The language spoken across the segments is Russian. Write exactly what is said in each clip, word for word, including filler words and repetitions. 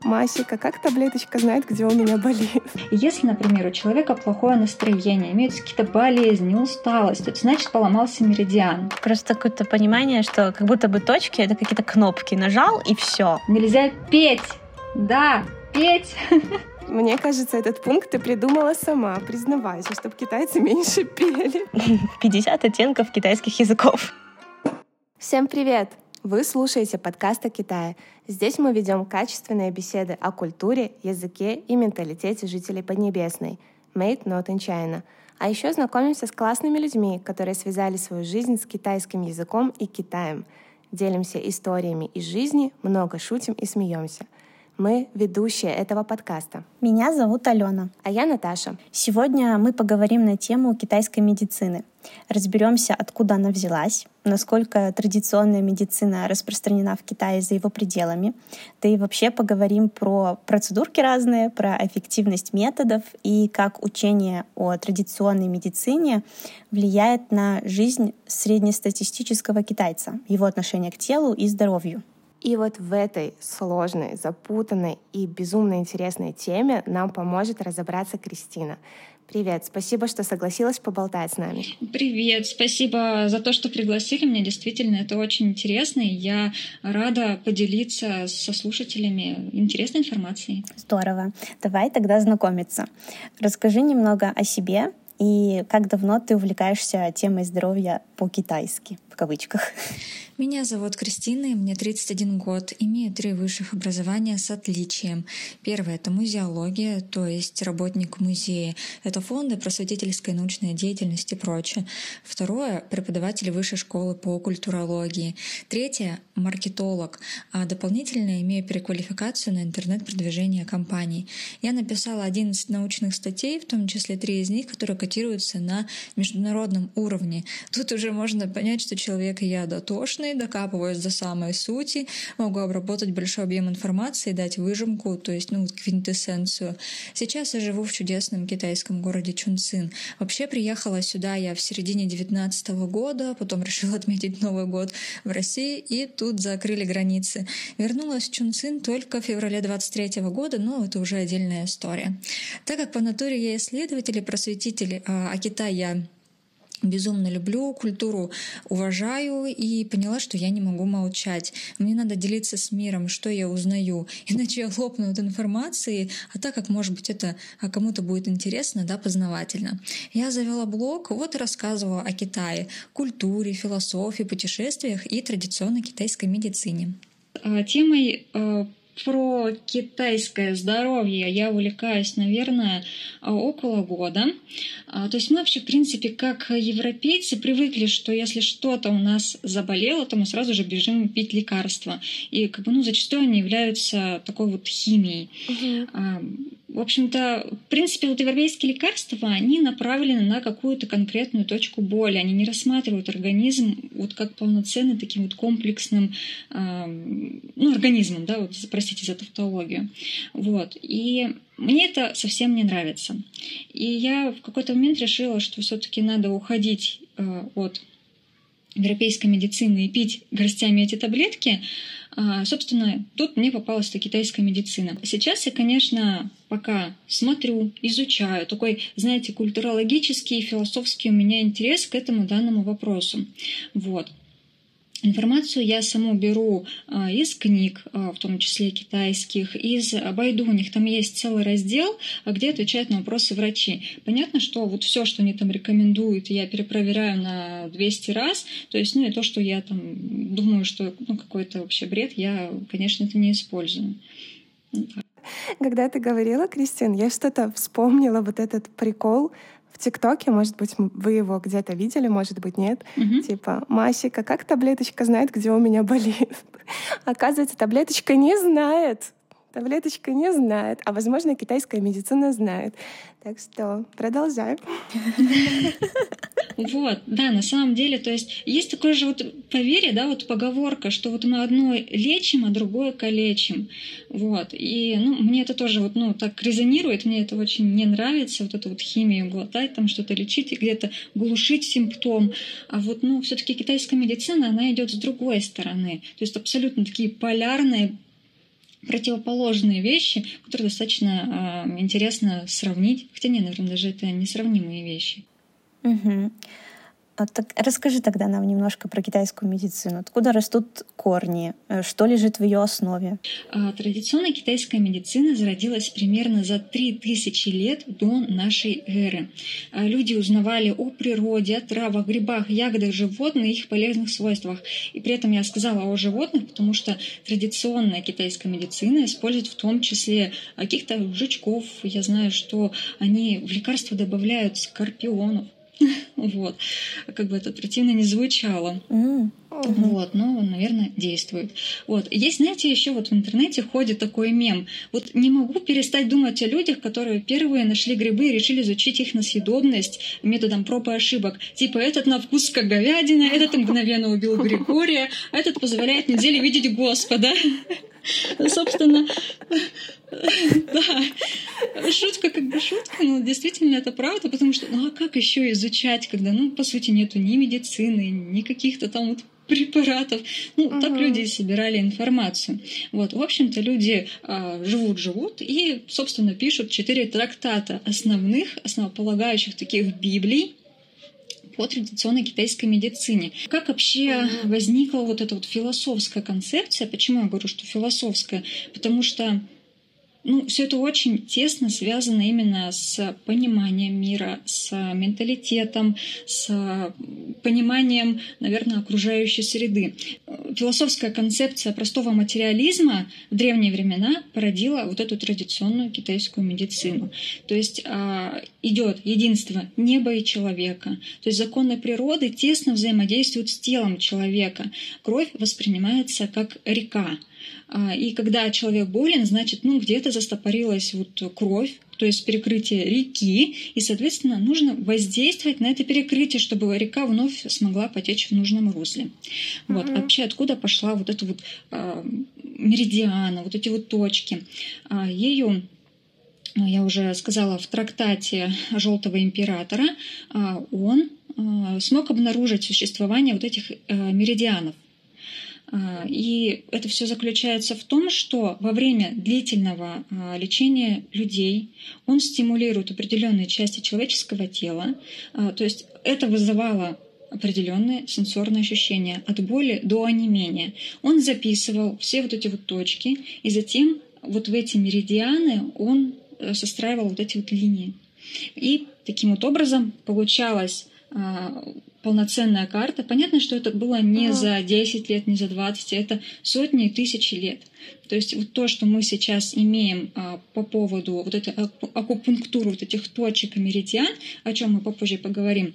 Масика, как таблеточка знает, где у меня болит? Если, например, у человека плохое настроение, имеются какие-то болезни, усталость, это значит поломался меридиан. Просто какое-то понимание, что как будто бы точки — это какие-то кнопки. Нажал, и все. Нельзя петь! Да, петь! Мне кажется, этот пункт ты придумала сама. Признавайся, чтобы китайцы меньше пели. пятьдесят оттенков китайских языков. Всем привет! Вы слушаете подкаст о Китае. Здесь мы ведем качественные беседы о культуре, языке и менталитете жителей Поднебесной. Made not in China. А еще знакомимся с классными людьми, которые связали свою жизнь с китайским языком и Китаем. Делимся историями из жизни, много шутим и смеемся. Мы ведущие этого подкаста. Меня зовут Алена. А я Наташа. Сегодня мы поговорим на тему китайской медицины. Разберемся, откуда она взялась, насколько традиционная медицина распространена в Китае за его пределами, да и вообще поговорим про процедурки разные, про эффективность методов и как учение о традиционной медицине влияет на жизнь среднестатистического китайца, его отношение к телу и здоровью. И вот в этой сложной, запутанной и безумно интересной теме нам поможет разобраться Кристина. Привет, спасибо, что согласилась поболтать с нами. Привет, спасибо за то, что пригласили меня. Действительно, это очень интересно, и я рада поделиться со слушателями интересной информацией. Здорово. Давай тогда знакомиться. Расскажи немного о себе и как давно ты увлекаешься темой здоровья по-китайски, в кавычках. Меня зовут Кристина, и мне тридцать один год. Имею три высших образования с отличием. Первое — это музеология, то есть работник музея. Это фонды просветительской научной деятельности и прочее. Второе — преподаватель высшей школы по культурологии. Третье — маркетолог. А дополнительно имею переквалификацию на интернет-продвижение компаний. Я написала одиннадцать научных статей, в том числе три из них, которые котируются на международном уровне. Тут уже можно понять, что человек и я дотошный, докапываюсь до самой сути, могу обработать большой объем информации, дать выжимку, то есть ну, квинтэссенцию. Сейчас я живу в чудесном китайском городе Чунцин. Вообще приехала сюда я в середине девятнадцатого года, потом решила отметить Новый год в России, и тут закрыли границы. Вернулась в Чунцин только в феврале двадцать третьего года, но это уже отдельная история. Так как по натуре я исследователь и просветитель, а Китай я безумно люблю, культуру уважаю и поняла, что я не могу молчать. Мне надо делиться с миром, что я узнаю, иначе я лопну от информации, а так как, может быть, это кому-то будет интересно, да, познавательно. Я завела блог, вот и рассказывала о Китае, культуре, философии, путешествиях и традиционной китайской медицине. Темой про китайское здоровье я увлекаюсь, наверное, около года. То есть мы вообще, в принципе, как европейцы, привыкли, что если что-то у нас заболело, то мы сразу же бежим пить лекарства. И как бы, ну, зачастую они являются такой вот химией. Угу. В общем-то, в принципе, вот европейские лекарства, они направлены на какую-то конкретную точку боли. Они не рассматривают организм вот как полноценный таким вот комплексным э, ну, организмом, да, вот, простите за тавтологию. Вот. И мне это совсем не нравится. И я в какой-то момент решила, что все-таки надо уходить э, от европейской медицины и пить горстями эти таблетки. А, собственно, тут мне попалась-то китайская медицина. Сейчас я, конечно, пока смотрю, изучаю. Такой, знаете, культурологический и философский у меня интерес к этому данному вопросу. Вот. Информацию я саму беру а, из книг, а, в том числе китайских, из Байду. У них там есть целый раздел, где отвечают на вопросы врачи. Понятно, что вот все, что они там рекомендуют, я перепроверяю на двести раз. То есть, ну и то, что я там думаю, что ну, какой-то вообще бред, я, конечно, это не использую. Когда ты говорила, Кристин, я что-то вспомнила, вот этот прикол в ТикТоке, может быть, вы его где-то видели, может быть, нет. Mm-hmm. Типа, Масика, как таблеточка знает, где у меня болит? Оказывается, таблеточка не знает. Таблеточка не знает. А, возможно, китайская медицина знает. Так что продолжай. Вот, да, на самом деле, то есть есть такое же вот поверье, да, вот поговорка, что вот мы одно лечим, а другое калечим. Вот, и, ну, мне это тоже вот, ну, так резонирует, мне это очень не нравится, вот эту вот химию глотать, там что-то лечить и где-то глушить симптом. А вот, ну, все-таки китайская медицина, она идет с другой стороны. То есть абсолютно такие полярные противоположные вещи, которые достаточно э, интересно сравнить. Хотя нет, наверное, даже это несравнимые вещи. Угу. А так расскажи тогда нам немножко про китайскую медицину. Откуда растут корни? Что лежит в ее основе? Традиционная китайская медицина зародилась примерно за три тысячи лет до нашей эры. Люди узнавали о природе, о травах, грибах, ягодах, животных и их полезных свойствах. И при этом я сказала о животных, потому что традиционная китайская медицина использует в том числе каких-то жучков. Я знаю, что они в лекарства добавляют скорпионов. Вот. Как бы это противно не звучало. Mm. Uh-huh. Вот, но, наверное, действует. Вот. Есть, знаете, еще вот в интернете ходит такой мем. Вот не могу перестать думать о людях, которые первые нашли грибы и решили изучить их на съедобность методом проб и ошибок. Типа, этот на вкус как говядина, этот мгновенно убил Григория, а этот позволяет неделю видеть Господа. Собственно, да, шутка как бы шутка, но действительно это правда, потому что, ну а как еще изучать, когда, ну, по сути, нету ни медицины, ни каких-то там вот препаратов. Ну, угу. Так люди собирали информацию. Вот, в общем-то, люди а, живут-живут и, собственно, пишут четыре трактата основных, основополагающих таких библий по традиционной китайской медицине. Как вообще возникла вот эта вот философская концепция? Почему я говорю, что философская? Потому что ну, все это очень тесно связано именно с пониманием мира, с менталитетом, с пониманием, наверное, окружающей среды. Философская концепция простого материализма в древние времена породила вот эту традиционную китайскую медицину. То есть идет единство неба и человека. То есть законы природы тесно взаимодействуют с телом человека. Кровь воспринимается как река. И когда человек болен, значит, ну, где-то застопорилась вот кровь, то есть перекрытие реки, и, соответственно, нужно воздействовать на это перекрытие, чтобы река вновь смогла потечь в нужном русле. Mm-hmm. Вот. А вообще откуда пошла вот эта вот а, меридиана, вот эти вот точки? А, ею, я уже сказала, в трактате Желтого императора а, он а, смог обнаружить существование вот этих а, меридианов. И это все заключается в том, что во время длительного лечения людей он стимулирует определенные части человеческого тела. То есть это вызывало определенные сенсорные ощущения от боли до онемения. Он записывал все вот эти вот точки, и затем вот в эти меридианы он состраивал вот эти вот линии. И таким вот образом получалось полноценная карта. Понятно, что это было не ага. за десять лет, не за двадцать, это сотни и тысячи лет. То есть вот то, что мы сейчас имеем а, по поводу вот этой акупунктуры, вот этих точек и меридиан, о чем мы попозже поговорим,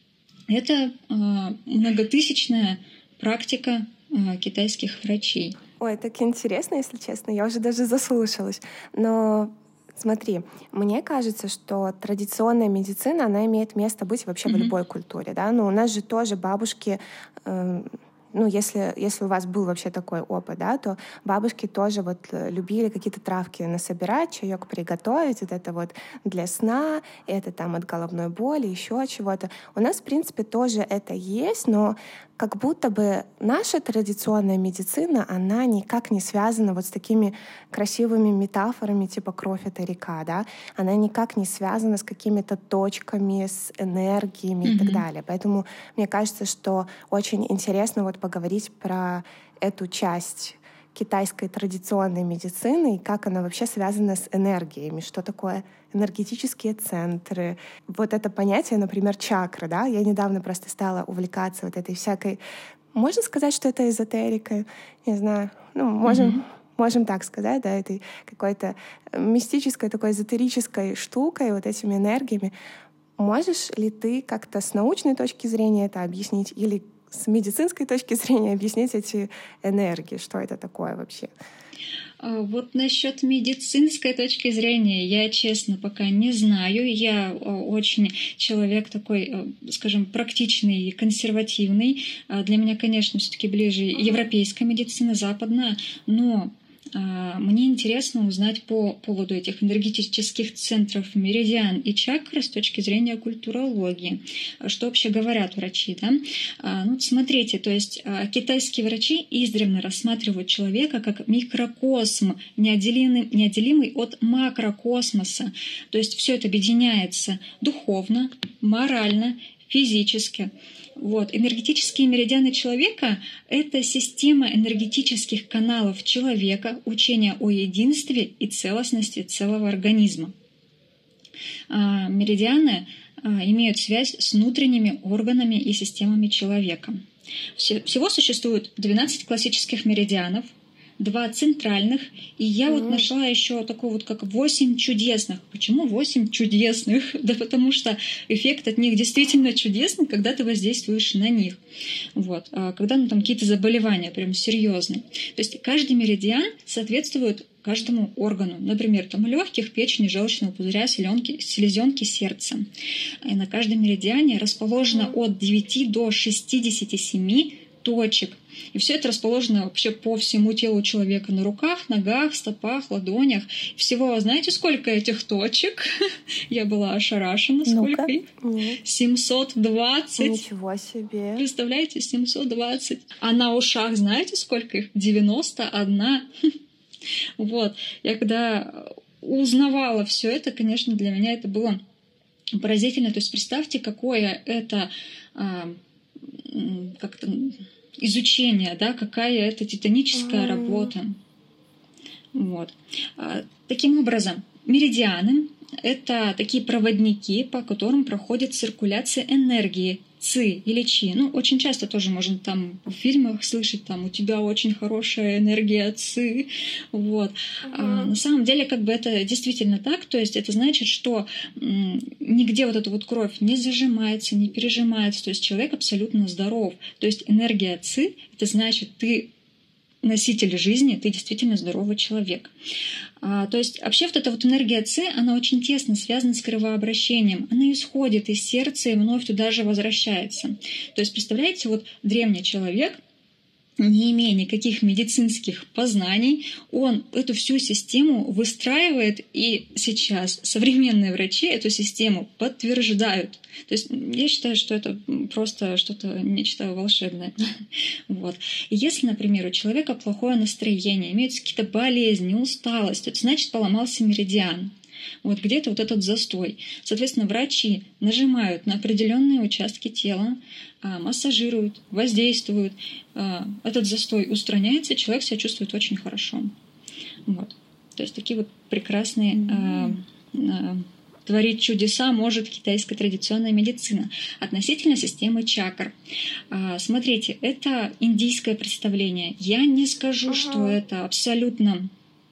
это а, многотысячная практика а, китайских врачей. Ой, так интересно, если честно. Я уже даже заслушалась. Но смотри, мне кажется, что традиционная медицина, она имеет место быть вообще mm-hmm. в любой культуре, да. Ну, у нас же тоже бабушки, э, ну, если, если у вас был вообще такой опыт, да, то бабушки тоже вот любили какие-то травки насобирать, чаек приготовить, вот это вот для сна, это там от головной боли, еще чего-то. У нас, в принципе, тоже это есть, но как будто бы наша традиционная медицина, она никак не связана вот с такими красивыми метафорами, типа «кровь — это река», да? Она никак не связана с какими-то точками, с энергиями mm-hmm. и так далее. Поэтому мне кажется, что очень интересно вот поговорить про эту часть китайской традиционной медицины и как она вообще связана с энергиями, что такое энергетические центры. Вот это понятие, например, чакры, да, я недавно просто стала увлекаться вот этой всякой, можно сказать, что это эзотерика, не знаю, ну, можем, mm-hmm. можем так сказать, да, этой какой-то мистической, такой эзотерической штукой, вот этими энергиями. Можешь ли ты как-то с научной точки зрения это объяснить или с медицинской точки зрения объяснить эти энергии, что это такое вообще? Вот насчет медицинской точки зрения я, честно, пока не знаю. Я очень человек такой, скажем, практичный и консервативный. Для меня, конечно, все-таки ближе европейская медицина, западная, но мне интересно узнать по поводу этих энергетических центров, меридиан и чакр с точки зрения культурологии. Что вообще говорят врачи? Да? Ну, смотрите, то есть китайские врачи издревле рассматривают человека как микрокосм, неотделимый, неотделимый от макрокосмоса. То есть все это объединяется духовно, морально, физически. Вот. Энергетические меридианы человека — это система энергетических каналов человека, учение о единстве и целостности целого организма. А, меридианы а, имеют связь с внутренними органами и системами человека. Всего существует двенадцать классических меридианов, два центральных, и я mm-hmm. вот нашла еще такой вот как восемь чудесных. Почему восемь чудесных? Да потому что эффект от них действительно чудесный, когда ты воздействуешь на них. Вот. А когда ну, там какие-то заболевания прям серьезные. То есть каждый меридиан соответствует каждому органу. Например, там легких, печени, желчного пузыря, селенки, селезенки, сердца. И на каждом меридиане расположено mm-hmm. от девяти до шестидесяти семи точек. И все это расположено вообще по всему телу человека. На руках, ногах, стопах, ладонях. Всего, знаете, сколько этих точек? Я была ошарашена. Сколько их? семьсот двадцать. Ничего себе. Представляете, семьсот двадцать. А на ушах знаете, сколько их? девяносто один. Вот. Я когда узнавала все это, конечно, для меня это было поразительно. То есть представьте, какое это как-то изучение, да, какая это титаническая mm. работа. Вот. Таким образом, меридианы — это такие проводники, по которым проходит циркуляция энергии, ци или чи. Ну, очень часто тоже можно там в фильмах слышать, там, у тебя очень хорошая энергия ци. Вот. Uh-huh. А, на самом деле, как бы это действительно так. То есть это значит, что м, нигде вот эта вот кровь не зажимается, не пережимается. То есть человек абсолютно здоров. То есть энергия ци — это значит, ты носитель жизни, ты действительно здоровый человек. А, то есть вообще вот эта вот энергия ци, она очень тесно связана с кровообращением. Она исходит из сердца и вновь туда же возвращается. То есть представляете, вот древний человек, не имея никаких медицинских познаний, он эту всю систему выстраивает, и сейчас современные врачи эту систему подтверждают. То есть я считаю, что это просто что-то, нечто волшебное. Вот. И если, например, у человека плохое настроение, имеются какие-то болезни, усталость, это значит, поломался меридиан. Вот где-то вот этот застой. Соответственно, врачи нажимают на определенные участки тела, массажируют, воздействуют. Этот застой устраняется, и человек себя чувствует очень хорошо. Вот. То есть такие вот прекрасные mm-hmm. творить чудеса может китайская традиционная медицина. Относительно системы чакр. Смотрите, это индийское представление. Я не скажу, ага. что это абсолютно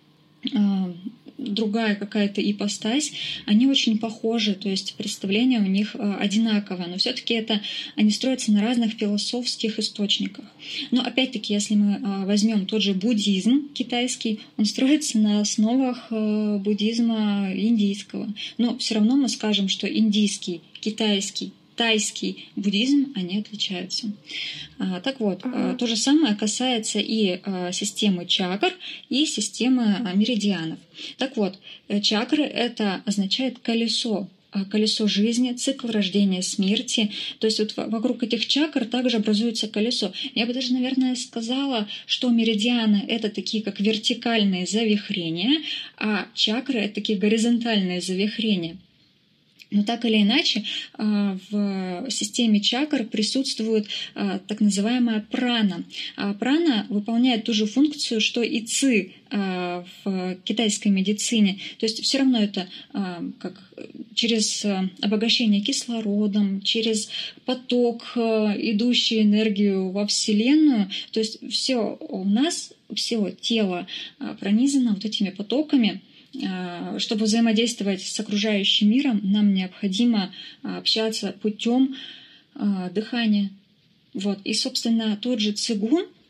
другая какая-то ипостась, они очень похожи, то есть представление у них одинаковое, но все-таки это они строятся на разных философских источниках. Но опять-таки, если мы возьмем тот же буддизм китайский, он строится на основах буддизма индийского. Но все равно мы скажем, что индийский, китайский, тайский буддизм, они отличаются. А, так вот, uh-huh. то же самое касается и а, системы чакр, и системы а, меридианов. Так вот, чакры — это означает колесо, колесо жизни, цикл рождения, смерти. То есть вот вокруг этих чакр также образуется колесо. Я бы даже, наверное, сказала, что меридианы — это такие как вертикальные завихрения, а чакры — это такие горизонтальные завихрения. Но так или иначе в системе чакр присутствует так называемая прана. Прана выполняет ту же функцию, что и ци в китайской медицине. То есть все равно это как через обогащение кислородом, через поток, идущий энергию во Вселенную. То есть все у нас, все тело пронизано вот этими потоками. Чтобы взаимодействовать с окружающим миром, нам необходимо общаться путем дыхания. Вот. И, собственно, тот же цигун,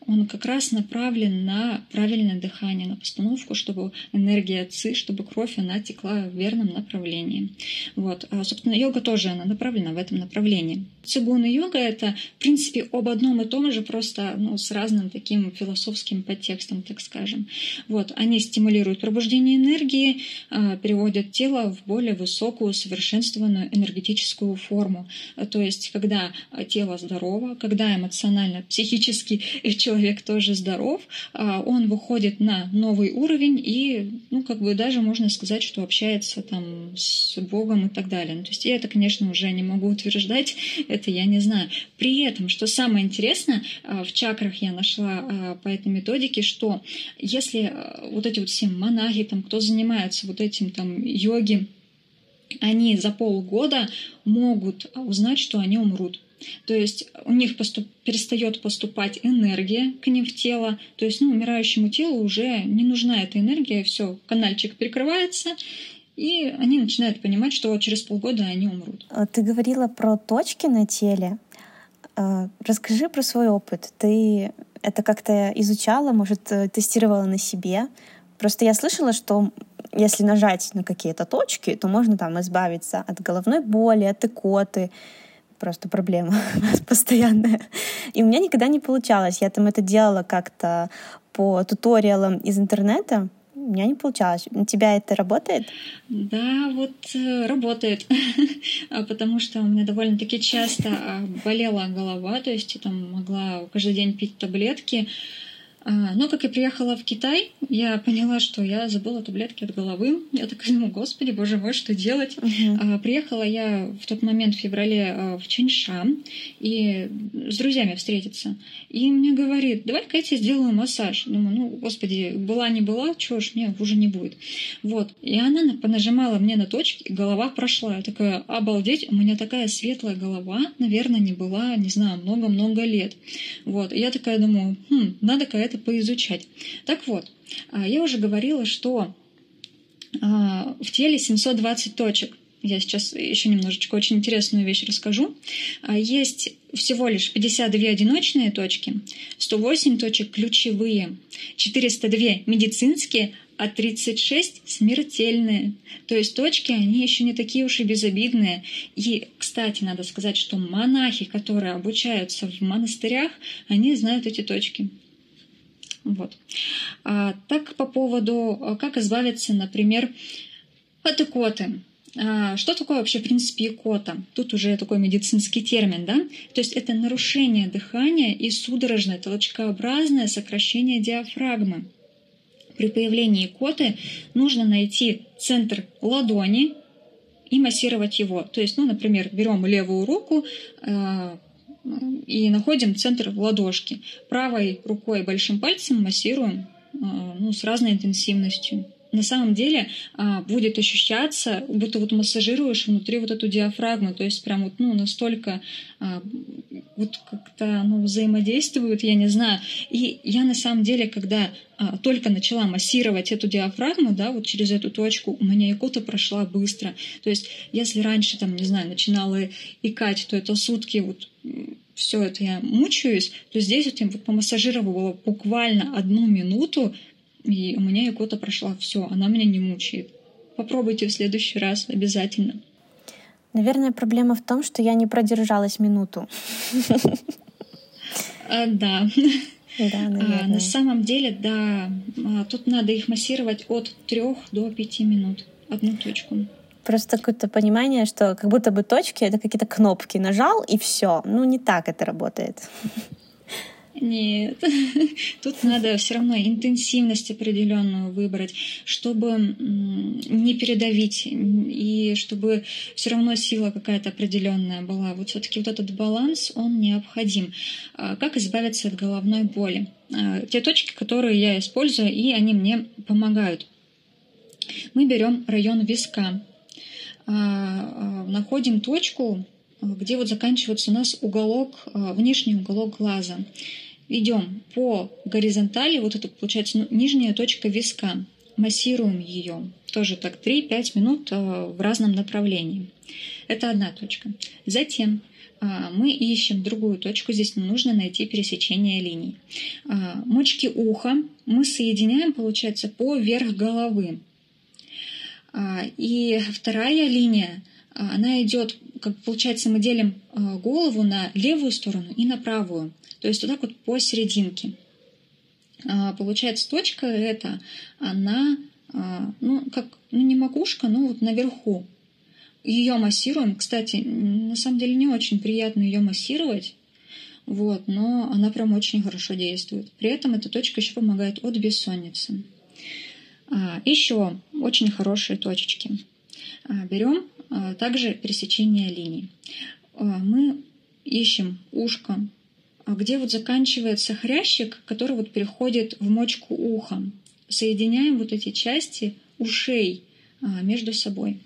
он как раз направлен на правильное дыхание, на постановку, чтобы энергия ци, чтобы кровь, она текла в верном направлении. Вот. А, собственно, йога тоже, она направлена в этом направлении. Цигун и йога — это, в принципе, об одном и том же, просто ну, с разным таким философским подтекстом, так скажем. Вот. Они стимулируют пробуждение энергии, переводят тело в более высокую, совершенствованную энергетическую форму. То есть, когда тело здорово, когда эмоционально, психически человек тоже здоров, он выходит на новый уровень и, ну, как бы даже можно сказать, что общается там с Богом и так далее. Ну, то есть я это, конечно, уже не могу утверждать, это я не знаю. При этом, что самое интересное, в чакрах я нашла по этой методике, что если вот эти вот все монахи, там, кто занимается вот этим там йоги, они за полгода могут узнать, что они умрут. То есть у них поступ, перестает поступать энергия к ним в тело. То есть ну, умирающему телу уже не нужна эта энергия, все, канальчик перекрывается, и они начинают понимать, что через полгода они умрут. Ты говорила про точки на теле. Расскажи про свой опыт. Ты это как-то изучала, может, тестировала на себе? Просто я слышала, что если нажать на какие-то точки, то можно там избавиться от головной боли, от икоты. Просто проблема постоянная. И у меня никогда не получалось. Я там это делала как-то по туториалам из интернета. У меня не получалось. У тебя это работает? Да, вот работает. Потому что у меня довольно-таки часто болела голова. То есть я там могла каждый день пить таблетки. Но как я приехала в Китай, я поняла, что я забыла таблетки от головы. Я такая думаю, господи, боже мой, что делать? Uh-huh. Приехала я в тот момент в феврале в Чаньшань и с друзьями встретиться. И мне говорит, давай-ка я тебе сделаю массаж. Думаю, ну, господи, была не была, чего ж, мне уже не будет. Вот. И она понажимала мне на точки, и голова прошла. Я такая, обалдеть, у меня такая светлая голова, наверное, не была, не знаю, много-много лет. Вот. И я такая думаю, хм, надо-ка это поизучать. Так вот, я уже говорила, что в теле семьсот двадцать точек. Я сейчас еще немножечко очень интересную вещь расскажу. Есть всего лишь пятьдесят две одиночные точки, сто восемь точек ключевые, четыреста два медицинские, а тридцать шесть смертельные. То есть точки, они еще не такие уж и безобидные. И, кстати, надо сказать, что монахи, которые обучаются в монастырях, они знают эти точки. Вот. А, так по поводу, как избавиться, например, от икоты. А, что такое вообще, в принципе, икота? Тут уже такой медицинский термин, да? То есть это нарушение дыхания и судорожное толчкообразное сокращение диафрагмы. При появлении икоты нужно найти центр ладони и массировать его. То есть, ну, например, берем левую руку, и находим центр ладошки. Правой рукой большим пальцем массируем ну, с разной интенсивностью. На самом деле будет ощущаться, будто вот массажируешь внутри вот эту диафрагму, то есть прям вот ну, настолько вот как-то ну, взаимодействуют, я не знаю. И я на самом деле, когда только начала массировать эту диафрагму, да, вот через эту точку, у меня икота прошла быстро. То есть если раньше, там, не знаю, начинала икать, то это сутки вот все это я мучаюсь, то здесь вот я вот помассажировала буквально одну минуту, и у меня икота прошла. Все, она меня не мучает. Попробуйте в следующий раз обязательно. Наверное, проблема в том, что я не продержалась минуту. А, да. Да, наверное. А, на самом деле, да, тут надо их массировать от трех до пяти минут. Одну точку. Просто какое-то понимание, что как будто бы точки — это какие-то кнопки. Нажал, и все. Ну, не так это работает. Нет, тут надо все равно интенсивность определенную выбрать, чтобы не передавить и чтобы все равно сила какая-то определенная была. Вот все-таки вот этот баланс, он необходим. Как избавиться от головной боли? Те точки, которые я использую, и они мне помогают. Мы берем район виска, находим точку, где вот заканчивается у нас уголок, внешний уголок глаза. Идем по горизонтали, вот это получается ну, нижняя точка виска, массируем ее. тоже так три-пять минут в разном направлении. Это одна точка. Затем мы ищем другую точку. Здесь нам нужно найти пересечение линий. Мочки уха мы соединяем, получается, поверх головы. И вторая линия, она идет, как получается, мы делим голову на левую сторону и на правую. То есть вот так вот посерединке. Получается, точка эта, она, ну, как, ну, не макушка, но вот наверху. Ее массируем. Кстати, на самом деле не очень приятно ее массировать, вот, но она прям очень хорошо действует. При этом эта точка еще помогает от бессонницы. А, еще очень хорошие точечки. А, берем а, также пересечение линий. А, мы ищем ушко, где вот заканчивается хрящик, который вот переходит в мочку уха. Соединяем вот эти части ушей а, между собой.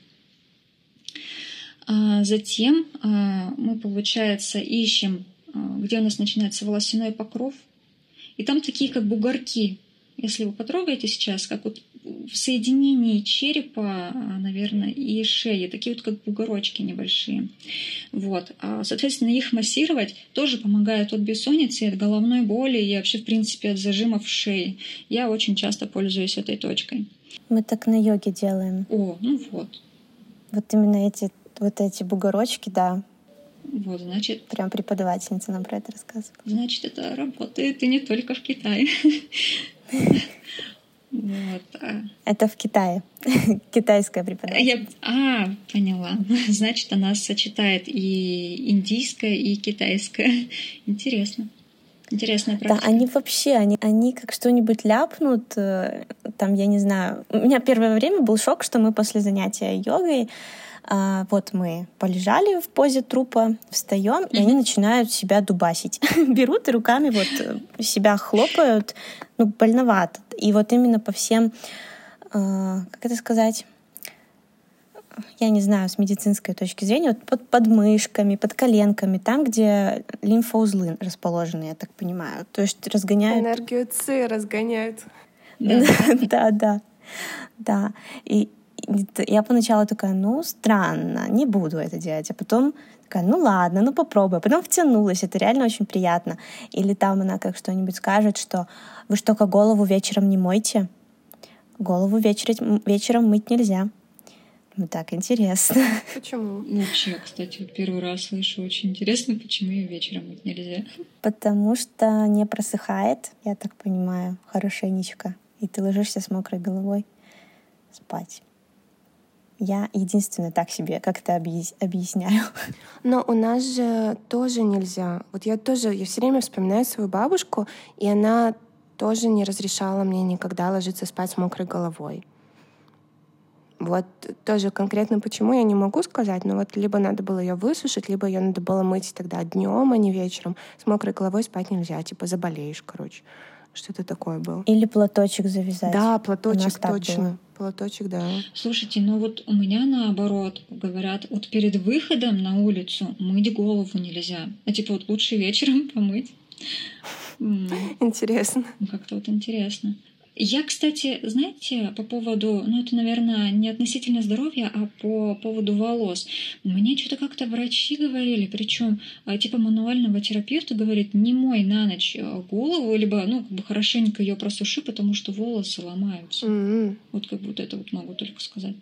Затем мы, получается, ищем, где у нас начинается волосяной покров. И там такие как бугорки. Если вы потрогаете сейчас, как вот в соединении черепа, наверное, и шеи, такие вот как бугорочки небольшие. Вот. Соответственно, их массировать тоже помогает от бессонницы, от головной боли и вообще, в принципе, от зажимов шеи. Я очень часто пользуюсь этой точкой. Мы так на йоге делаем. О, ну вот. Вот именно эти Вот эти бугорочки, да. Вот, значит... Прям преподавательница нам про это рассказывала. Значит, это работает и не только в Китае. Это в Китае. Китайская преподавательница. А, поняла. Значит, она сочетает и индийское, и китайское. Интересно. Интересная практика. Да, они вообще, они, они как что-нибудь ляпнут, там, я не знаю. У меня первое время был шок, что мы после занятия йогой А, вот мы полежали в позе трупа, встаем, mm-hmm. и они начинают себя дубасить. Берут и руками вот себя хлопают, ну, больновато. И вот именно по всем, э, как это сказать, я не знаю, с медицинской точки зрения, вот под подмышками, под коленками, там, где лимфоузлы расположены, я так понимаю. То есть разгоняют... Энергию ЦИ разгоняют. Да, да, да. И я поначалу такая, ну, странно, не буду это делать. А потом такая, ну, ладно, ну, попробую. А потом втянулась, это реально очень приятно. Или там она как что-нибудь скажет, что вы что, как голову вечером не мойте? Голову вечером, вечером мыть нельзя. Ну, так, интересно. Почему? Вообще, кстати, вот первый раз слышу, очень интересно, почему ее вечером мыть нельзя. Потому что не просыхает, я так понимаю, хорошенечко. И ты ложишься с мокрой головой спать. Я единственное так себе как-то объясняю. Но у нас же тоже нельзя. Вот я тоже, я все время вспоминаю свою бабушку, и она тоже не разрешала мне никогда ложиться спать с мокрой головой. Вот тоже конкретно почему я не могу сказать, но вот либо надо было ее высушить, либо ее надо было мыть тогда днем, а не вечером. С мокрой головой спать нельзя, типа заболеешь, короче. Что-то такое было. Или платочек завязать. Да, платочек, точно. Платочек, да. Слушайте, ну вот у меня наоборот, говорят, вот перед выходом на улицу мыть голову нельзя. А типа вот лучше вечером помыть. Интересно. Как-то вот интересно. Я, кстати, знаете, по поводу, ну это, наверное, не относительно здоровья, а по поводу волос. Мне что-то как-то врачи говорили, причем типа мануального терапевта говорит, не мой на ночь голову, либо, ну, как бы хорошенько ее просуши, потому что волосы ломаются. Mm-hmm. Вот как будто это вот могу только сказать.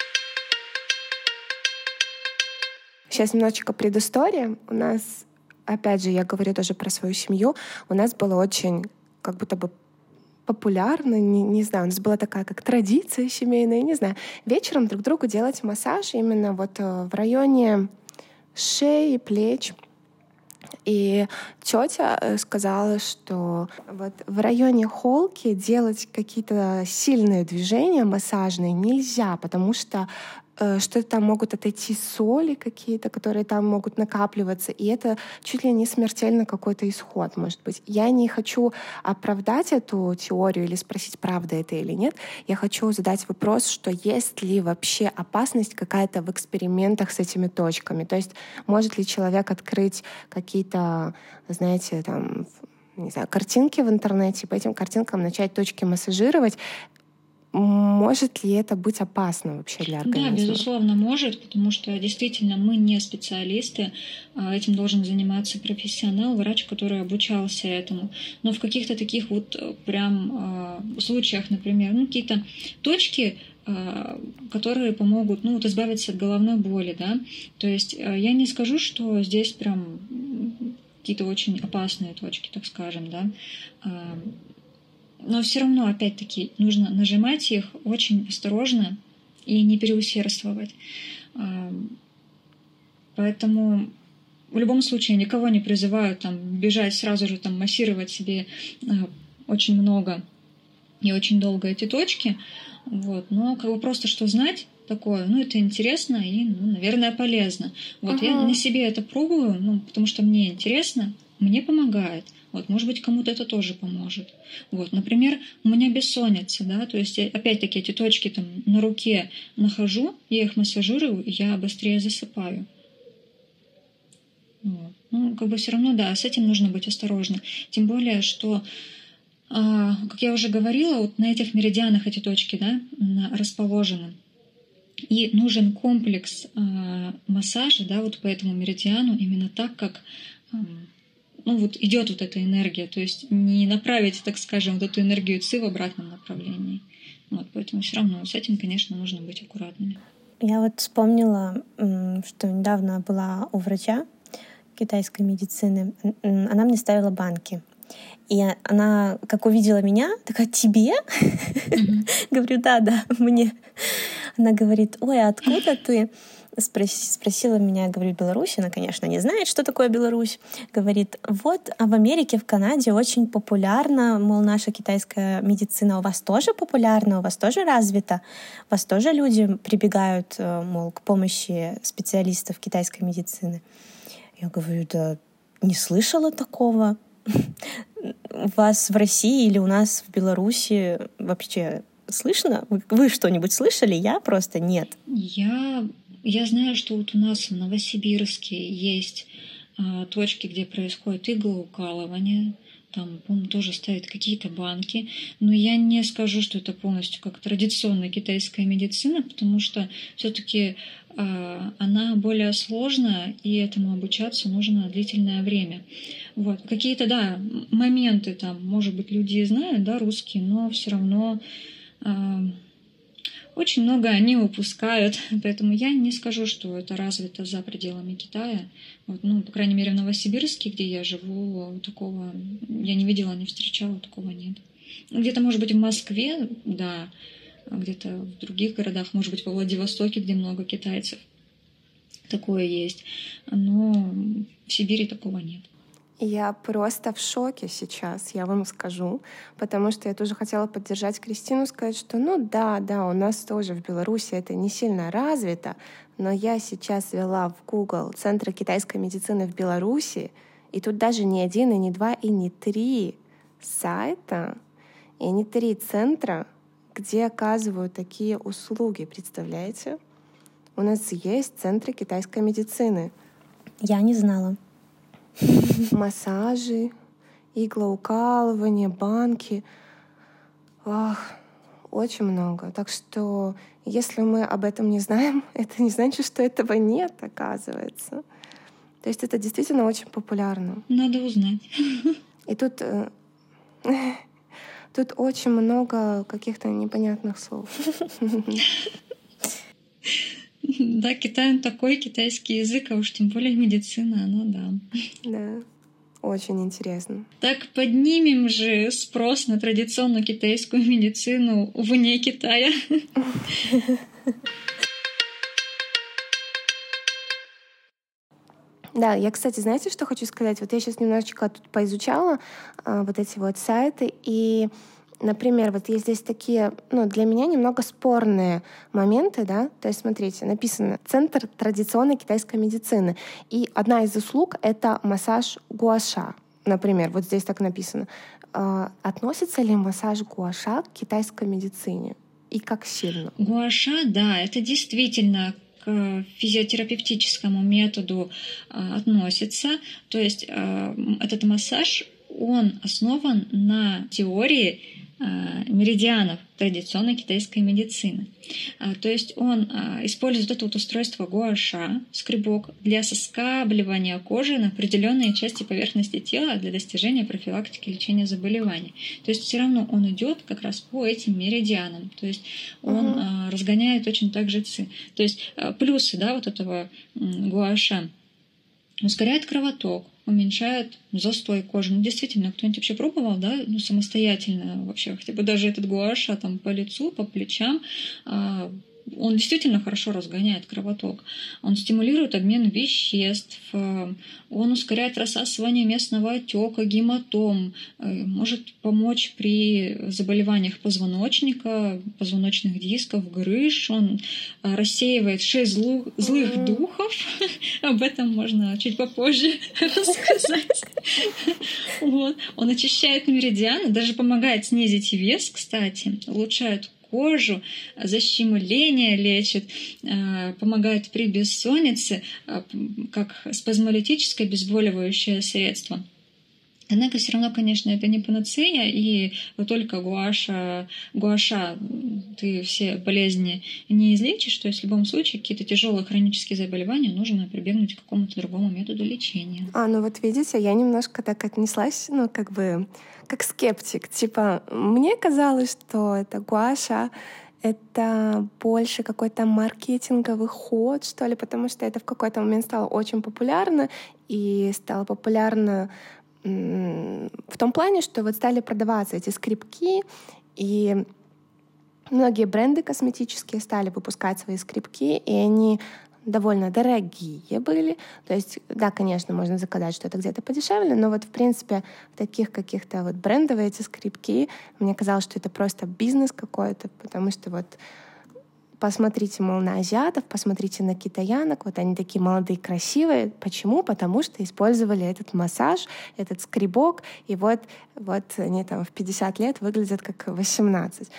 Сейчас немножечко предыстория. У нас, опять же, я говорю тоже про свою семью, у нас было очень как будто бы популярно, не, не знаю, у нас была такая как традиция семейная, не знаю, вечером друг другу делать массаж именно вот в районе шеи, плеч. И тетя сказала, что вот в районе холки делать какие-то сильные движения массажные нельзя, потому что что там могут отойти соли какие-то, которые там могут накапливаться, и это чуть ли не смертельно какой-то исход, может быть. Я не хочу оправдать эту теорию или спросить, правда это или нет. Я хочу задать вопрос, что есть ли вообще опасность какая-то в экспериментах с этими точками. То есть может ли человек открыть какие-то, знаете, там, не знаю, картинки в интернете, по этим картинкам начать точки массажировать. может ли это быть опасно вообще для организма? Да, безусловно, может, потому что действительно мы не специалисты, этим должен заниматься профессионал, врач, который обучался этому. Но в каких-то таких вот прям случаях, например, ну, какие-то точки, которые помогут, ну, вот избавиться от головной боли, да. То есть я не скажу, что здесь прям какие-то очень опасные точки, так скажем, да. Но все равно, опять-таки, нужно нажимать их очень осторожно и не переусердствовать. Поэтому в любом случае никого не призываю там, бежать сразу же там, массировать себе очень много и очень долго эти точки. Вот. Но как бы просто что знать такое, ну, это интересно и, ну, наверное, полезно. Вот uh-huh. я на себе это пробую, ну, потому что мне интересно, мне помогает. Вот, может быть, кому-то это тоже поможет. Вот, например, у меня бессонница, да, то есть я, опять-таки эти точки там на руке нахожу, я их массажирую, я быстрее засыпаю. Вот. Ну, как бы все равно, да, с этим нужно быть осторожным. Тем более, что, а, как я уже говорила, вот на этих меридианах эти точки, да, расположены. И нужен комплекс а, массажа, да, вот по этому меридиану именно так, как а, ну, вот идет вот эта энергия, то есть не направить, так скажем, вот эту энергию ци в обратном направлении. Вот, поэтому все равно с этим, конечно, нужно быть аккуратными. Я вот вспомнила, что недавно была у врача китайской медицины. Она мне ставила банки. И она, как увидела меня, такая: тебе? Mm-hmm. Говорю: да, да, мне. Она говорит: ой, а откуда ты? Спросила меня, говорю, Беларусь. Она, конечно, не знает, что такое Беларусь. Говорит: вот, а в Америке, в Канаде очень популярна, мол, наша китайская медицина. У вас тоже популярна, у вас тоже развита? У вас тоже люди прибегают, мол, к помощи специалистов китайской медицины? Я говорю: да, не слышала такого. У вас в России или у нас в Беларуси вообще слышно? Вы, вы что-нибудь слышали? Я просто нет. Я, я знаю, что вот у нас в Новосибирске есть а, точки, где происходит иглоукалывание. Там, по-моему, тоже ставят какие-то банки. Но я не скажу, что это полностью как традиционная китайская медицина, потому что все-таки э, она более сложная, и этому обучаться нужно длительное время. Вот. Какие-то, да, моменты там, может быть, люди знают, да, русские, но все равно э, очень много они упускают. Поэтому я не скажу, что это развито за пределами Китая. Вот, ну, по крайней мере, в Новосибирске, где я живу, такого я не видела, не встречала, такого нет. Где-то, может быть, в Москве, да, где-то в других городах, может быть, во Владивостоке, где много китайцев, такое есть. Но в Сибири такого нет. Я просто в шоке сейчас, я вам скажу, потому что я тоже хотела поддержать Кристину, сказать, что ну да, да, у нас тоже в Беларуси это не сильно развито, но я сейчас ввела в Google Центры китайской медицины в Беларуси, и тут даже не один, и не два, и не три сайта, и не три центра, где оказывают такие услуги, представляете? У нас есть Центры китайской медицины. Я не знала. Массажи, иглоукалывание, банки. Ах, очень много. Так что, если мы об этом не знаем, это не значит, что этого нет, оказывается. То есть это действительно очень популярно. Надо узнать. И тут, э, тут очень много каких-то непонятных слов. Да, Китай он такой, китайский язык, а уж тем более медицина, она, да. Да, очень интересно. Так поднимем же спрос на традиционную китайскую медицину вне Китая. Да, я, кстати, знаете, что хочу сказать? Вот я сейчас немножечко тут поизучала а, вот эти вот сайты, и, например, вот есть здесь такие, ну, для меня немного спорные моменты, да, то есть, смотрите, написано «Центр традиционной китайской медицины», и одна из услуг — это массаж гуаша, например, вот здесь так написано. А, относится ли массаж гуаша к китайской медицине? И как сильно? Гуаша, да, это действительно к физиотерапевтическому методу а, относится. То есть а, этот массаж, он основан на теории меридианов традиционной китайской медицины. То есть он использует это вот устройство гуаша, скребок, для соскабливания кожи на определенные части поверхности тела для достижения профилактики и лечения заболеваний. То есть все равно он идет как раз по этим меридианам. То есть он угу. разгоняет очень также ци. То есть плюсы, да, вот этого гуаша: ускоряет кровоток, уменьшает застой кожи. Ну, действительно, кто-нибудь вообще пробовал, да, ну, самостоятельно вообще, хотя бы даже этот гуаша там по лицу, по плечам, а, он действительно хорошо разгоняет кровоток. Он стимулирует обмен веществ, он ускоряет рассасывание местного отека, гематом, может помочь при заболеваниях позвоночника, позвоночных дисков, грыж. Он рассеивает шесть злых, злых духов. Об этом можно чуть попозже рассказать. Вот. Он очищает меридианы, даже помогает снизить вес, кстати, улучшает кожу, защемление лечит, помогает при бессоннице, как спазмолитическое обезболивающее средство. Однако все равно, конечно, это не панацея, и только гуаша, гуаша ты все болезни не излечишь, то есть в любом случае какие-то тяжелые хронические заболевания нужно прибегнуть к какому-то другому методу лечения. А, ну вот видите, я немножко так отнеслась, ну как бы как скептик. Типа, мне казалось, что это гуаша — это больше какой-то маркетинговый ход, что ли, потому что это в какой-то момент стало очень популярно, и стало популярно в том плане, что вот стали продаваться эти скребки, и многие бренды косметические стали выпускать свои скребки, и они довольно дорогие были. То есть, да, конечно, можно заказать что-то где-то подешевле, но вот, в принципе, в таких каких-то вот брендовые эти скребки, мне казалось, что это просто бизнес какой-то, потому что вот посмотрите, мол, на азиатов, посмотрите на китаянок, вот они такие молодые, красивые. Почему? Потому что использовали этот массаж, этот скребок, и вот, вот они там в пятьдесят лет выглядят как восемнадцать.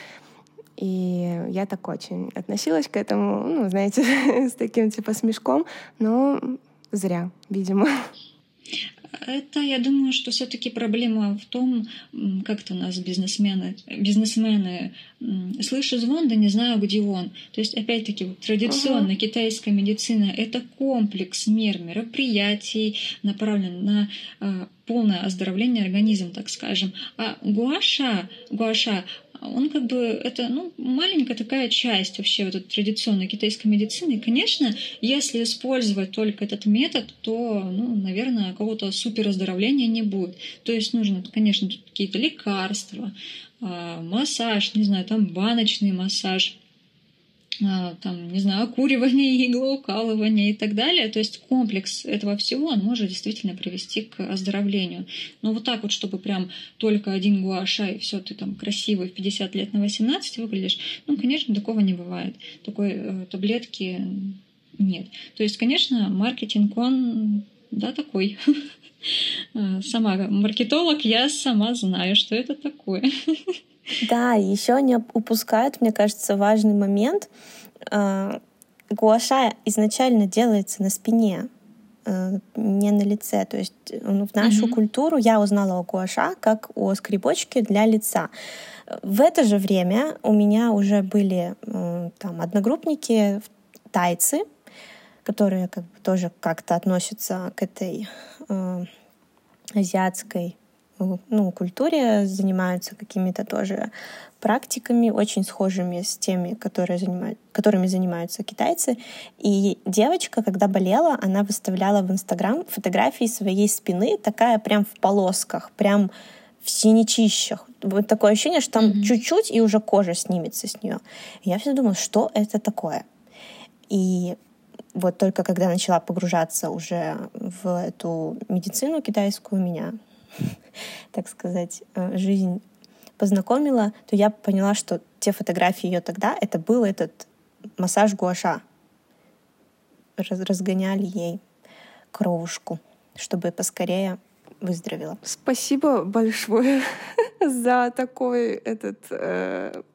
И я так очень относилась к этому, ну, знаете, с таким типа смешком, но зря, видимо. Это, я думаю, что все-таки проблема в том, как-то у нас бизнесмены, бизнесмены слышу звон, да не знаю, где он. То есть, опять-таки, вот, традиционная uh-huh. китайская медицина — это комплекс мер, мероприятий, направлен на э, полное оздоровление организма, так скажем. А гуаша, гуаша он как бы, это ну, маленькая такая часть вообще вот этой традиционной китайской медицины. И, конечно, если использовать только этот метод, то, ну, наверное, какого-то супер оздоровления не будет. То есть нужно, конечно, какие-то лекарства, массаж, не знаю, там баночный массаж, там, не знаю, окуривание, иглоукалывание и так далее. То есть комплекс этого всего, он может действительно привести к оздоровлению. Но вот так вот, чтобы прям только один гуаша, и все, ты там красивый в пятьдесят лет на восемнадцать выглядишь, ну, конечно, такого не бывает. Такой э, таблетки нет. То есть, конечно, маркетинг, он, да, такой. Сама маркетолог, я сама знаю, что это такое. Да, еще не упускают, мне кажется, важный момент. Гуаша изначально делается на спине, не на лице. То есть в нашу mm-hmm. культуру я узнала о гуаша как о скребочке для лица. В это же время у меня уже были там одногруппники тайцы, которые как бы тоже как-то относятся к этой э, азиатской ну, культуре, занимаются какими-то тоже практиками, очень схожими с теми, которые занимают, которыми занимаются китайцы. И девочка, когда болела, она выставляла в Инстаграм фотографии своей спины, такая прям в полосках, прям в синячищах. Вот такое ощущение, что там mm-hmm. чуть-чуть, и уже кожа снимется с нее. И я всегда думала, что это такое? И вот только когда начала погружаться уже в эту медицину китайскую, меня, так сказать, жизнь познакомила, то я поняла, что те фотографии ее тогда, это был этот массаж гуаша. Раз, разгоняли ей кровушку, чтобы поскорее выздоровела. Спасибо большое за такой этот... Э...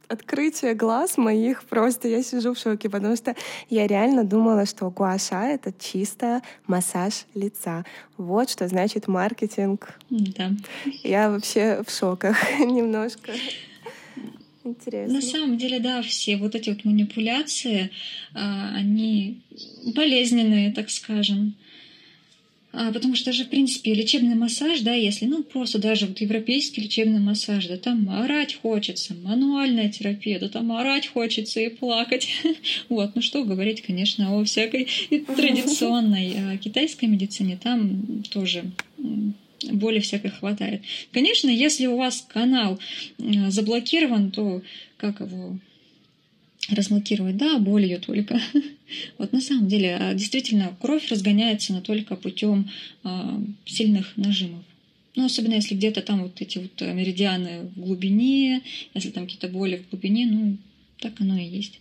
открытие глаз моих просто, я сижу в шоке, потому что я реально думала, что гуаша — это чисто массаж лица. Вот что значит маркетинг. Да. Я вообще в шоках немножко. Интересно. На самом деле, да, все вот эти вот манипуляции, они болезненные, так скажем. Потому что даже, в принципе, лечебный массаж, да, если, ну, просто даже вот европейский лечебный массаж, да, там орать хочется, мануальная терапия, да, там орать хочется и плакать. Вот, ну что говорить, конечно, о всякой традиционной китайской медицине, там тоже боли всякой хватает. Конечно, если у вас канал заблокирован, то как его разблокировать? Да, болью только. Вот на самом деле, действительно, кровь разгоняется, но только путем а, сильных нажимов. Ну, особенно если где-то там вот эти вот меридианы в глубине, если там какие-то боли в глубине, ну, так оно и есть.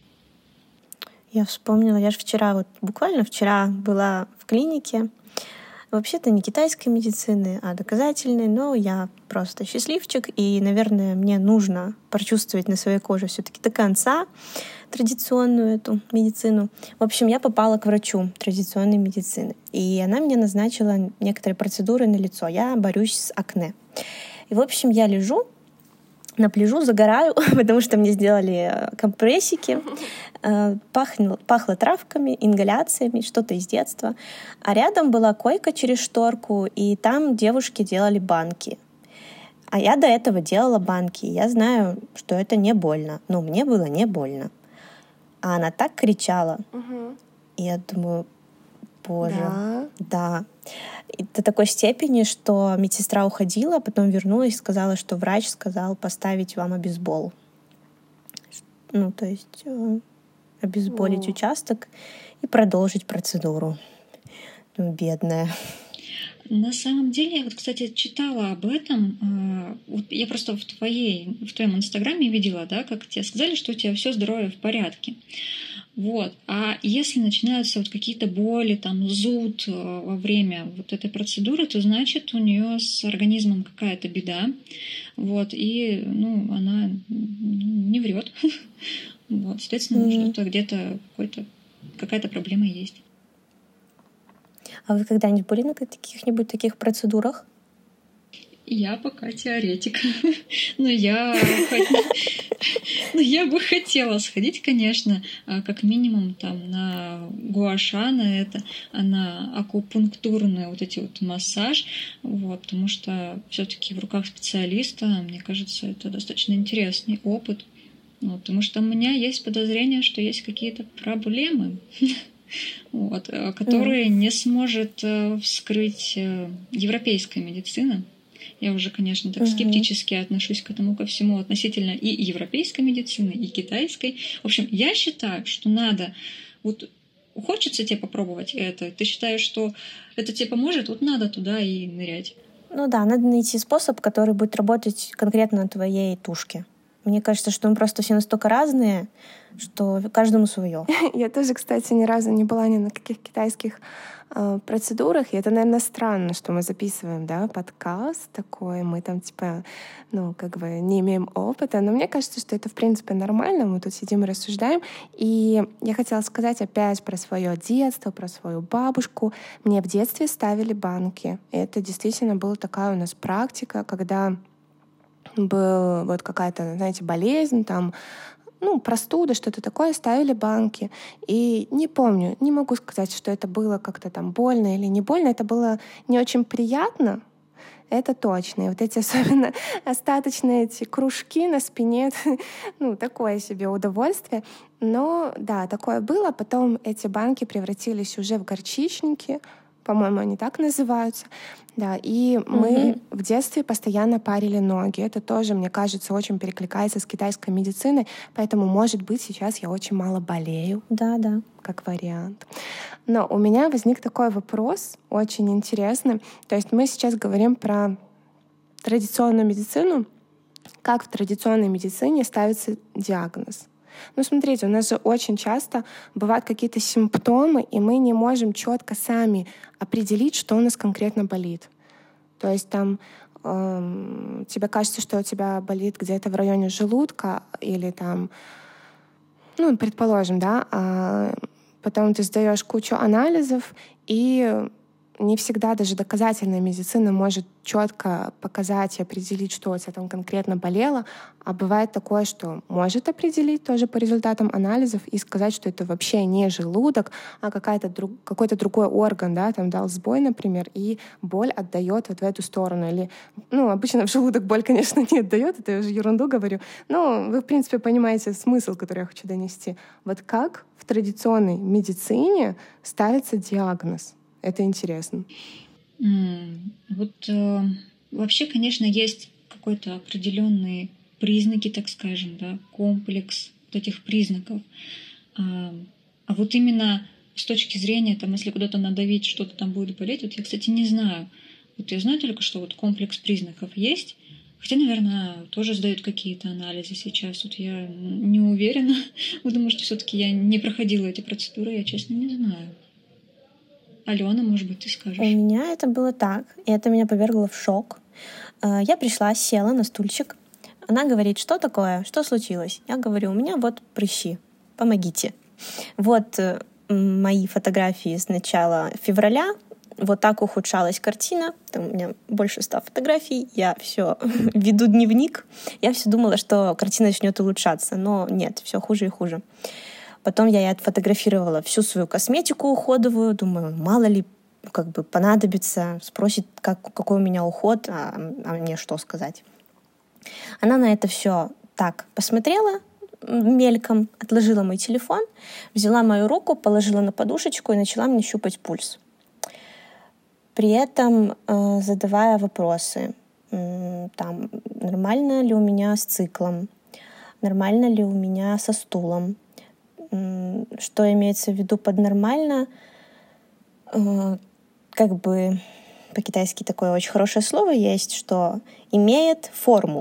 Я вспомнила, я же вчера, вот буквально вчера была в клинике. Вообще-то не китайской медицины, а доказательной, но я просто счастливчик, и, наверное, мне нужно прочувствовать на своей коже все-таки до конца традиционную эту медицину. В общем, я попала к врачу традиционной медицины, и она мне назначила некоторые процедуры на лицо. Я борюсь с акне. И, в общем, я лежу на пляжу, загораю, потому что мне сделали компрессики, пахло, пахло травками, ингаляциями, что-то из детства. А рядом была койка через шторку, и там девушки делали банки. А я до этого делала банки, и я знаю, что это не больно. Но мне было не больно. А она так кричала. Угу. И я думаю, боже, да. да. И до такой степени, что медсестра уходила, потом вернулась и сказала, что врач сказал поставить вам обезбол. Ну, то есть э, обезболить О. участок и продолжить процедуру. Ну, бедная. На самом деле, я вот, кстати, читала об этом. Вот я просто в твоей, в твоем инстаграме видела, да, как тебе сказали, что у тебя все здоровье в порядке. Вот. А если начинаются вот какие-то боли, там, зуд во время вот этой процедуры, то значит у нее с организмом какая-то беда. Вот. И, ну, она не врет. Вот. Соответственно, mm-hmm. что-то где-то какой-то, какая-то проблема есть. А вы когда-нибудь были на каких-нибудь таких процедурах? Я пока теоретик. Но я... Но я бы хотела сходить, конечно, как минимум там на гуаша, на это, на акупунктурный вот эти вот массаж, вот, потому что все-таки в руках специалиста, мне кажется, это достаточно интересный опыт, вот, потому что у меня есть подозрение, что есть какие-то проблемы, вот, которые mm. не сможет вскрыть европейская медицина. Я уже, конечно, так uh-huh. скептически отношусь к этому ко всему относительно и европейской медицины, и китайской. В общем, я считаю, что надо... Вот хочется тебе попробовать это, ты считаешь, что это тебе поможет, вот надо туда и нырять. Ну да, надо найти способ, который будет работать конкретно на твоей тушке. Мне кажется, что мы просто все настолько разные, что каждому свое. Я тоже, кстати, ни разу не была ни на каких китайских э, процедурах. И это, наверное, странно, что мы записываем, да, подкаст такой. Мы там, типа, ну, как бы не имеем опыта. Но мне кажется, что это, в принципе, нормально. Мы тут сидим и рассуждаем. И я хотела сказать опять про свое детство, про свою бабушку. Мне в детстве ставили банки. И это действительно была такая у нас практика, когда была вот какая-то, знаете, болезнь, там, ну, простуда, что-то такое, ставили банки. И не помню, не могу сказать, что это было как-то там больно или не больно. Это было не очень приятно, это точно. И вот эти особенно остаточные эти кружки на спине, ну, такое себе удовольствие. Но да, такое было. Потом эти банки превратились уже в горчичники, по-моему, они так называются. Да, и мы mm-hmm. в детстве постоянно парили ноги. Это тоже, мне кажется, очень перекликается с китайской медициной, поэтому, может быть, сейчас я очень мало болею. Да, да. Как вариант. Но у меня возник такой вопрос, очень интересный. То есть мы сейчас говорим про традиционную медицину. Как в традиционной медицине ставится диагноз? Ну, смотрите, у нас же очень часто бывают какие-то симптомы, и мы не можем четко сами определить, что у нас конкретно болит. То есть там эм, тебе кажется, что у тебя болит где-то в районе желудка или там, ну, предположим, да, а потом ты сдаешь кучу анализов, и не всегда даже доказательная медицина может четко показать и определить, что у тебя там конкретно болело. А бывает такое, что может определить тоже по результатам анализов и сказать, что это вообще не желудок, а какая-то друг, какой-то другой орган, да, там дал сбой, например, и боль отдает вот в эту сторону. Или, ну, обычно в желудок боль, конечно, не отдает, это я уже ерунду говорю, но вы, в принципе, понимаете смысл, который я хочу донести. Вот как в традиционной медицине ставится диагноз? Это интересно. Mm, вот э, вообще, конечно, есть какой-то определенные признаки, так скажем, да, комплекс вот этих признаков. А, а вот именно с точки зрения, там, если куда-то надавить, что-то там будет болеть, вот я, кстати, не знаю. Вот я знаю только, что вот комплекс признаков есть. Хотя, наверное, тоже сдают какие-то анализы сейчас. Вот я не уверена, потому что все-таки я не проходила эти процедуры, я, честно, не знаю. Алена, может быть, ты скажешь? У меня это было так, и это меня повергло в шок. Я пришла, села на стульчик. Она говорит, что такое, что случилось? Я говорю, у меня вот прыщи, помогите. Вот мои фотографии с начала февраля. Вот так ухудшалась картина. Там у меня больше ста фотографий. Я все веду дневник. Я все думала, что картина начнет улучшаться, но нет, все хуже и хуже. Потом я отфотографировала всю свою косметику уходовую. Думаю, мало ли, как бы понадобится. Спросит, как, какой у меня уход, а, а мне что сказать. Она на это все так посмотрела мельком, отложила мой телефон, взяла мою руку, положила на подушечку и начала мне щупать пульс. При этом э, задавая вопросы. Э, там, нормально ли у меня с циклом? Нормально ли у меня со стулом? Что имеется в виду под нормально, как бы по-китайски такое очень хорошее слово есть, что имеет форму.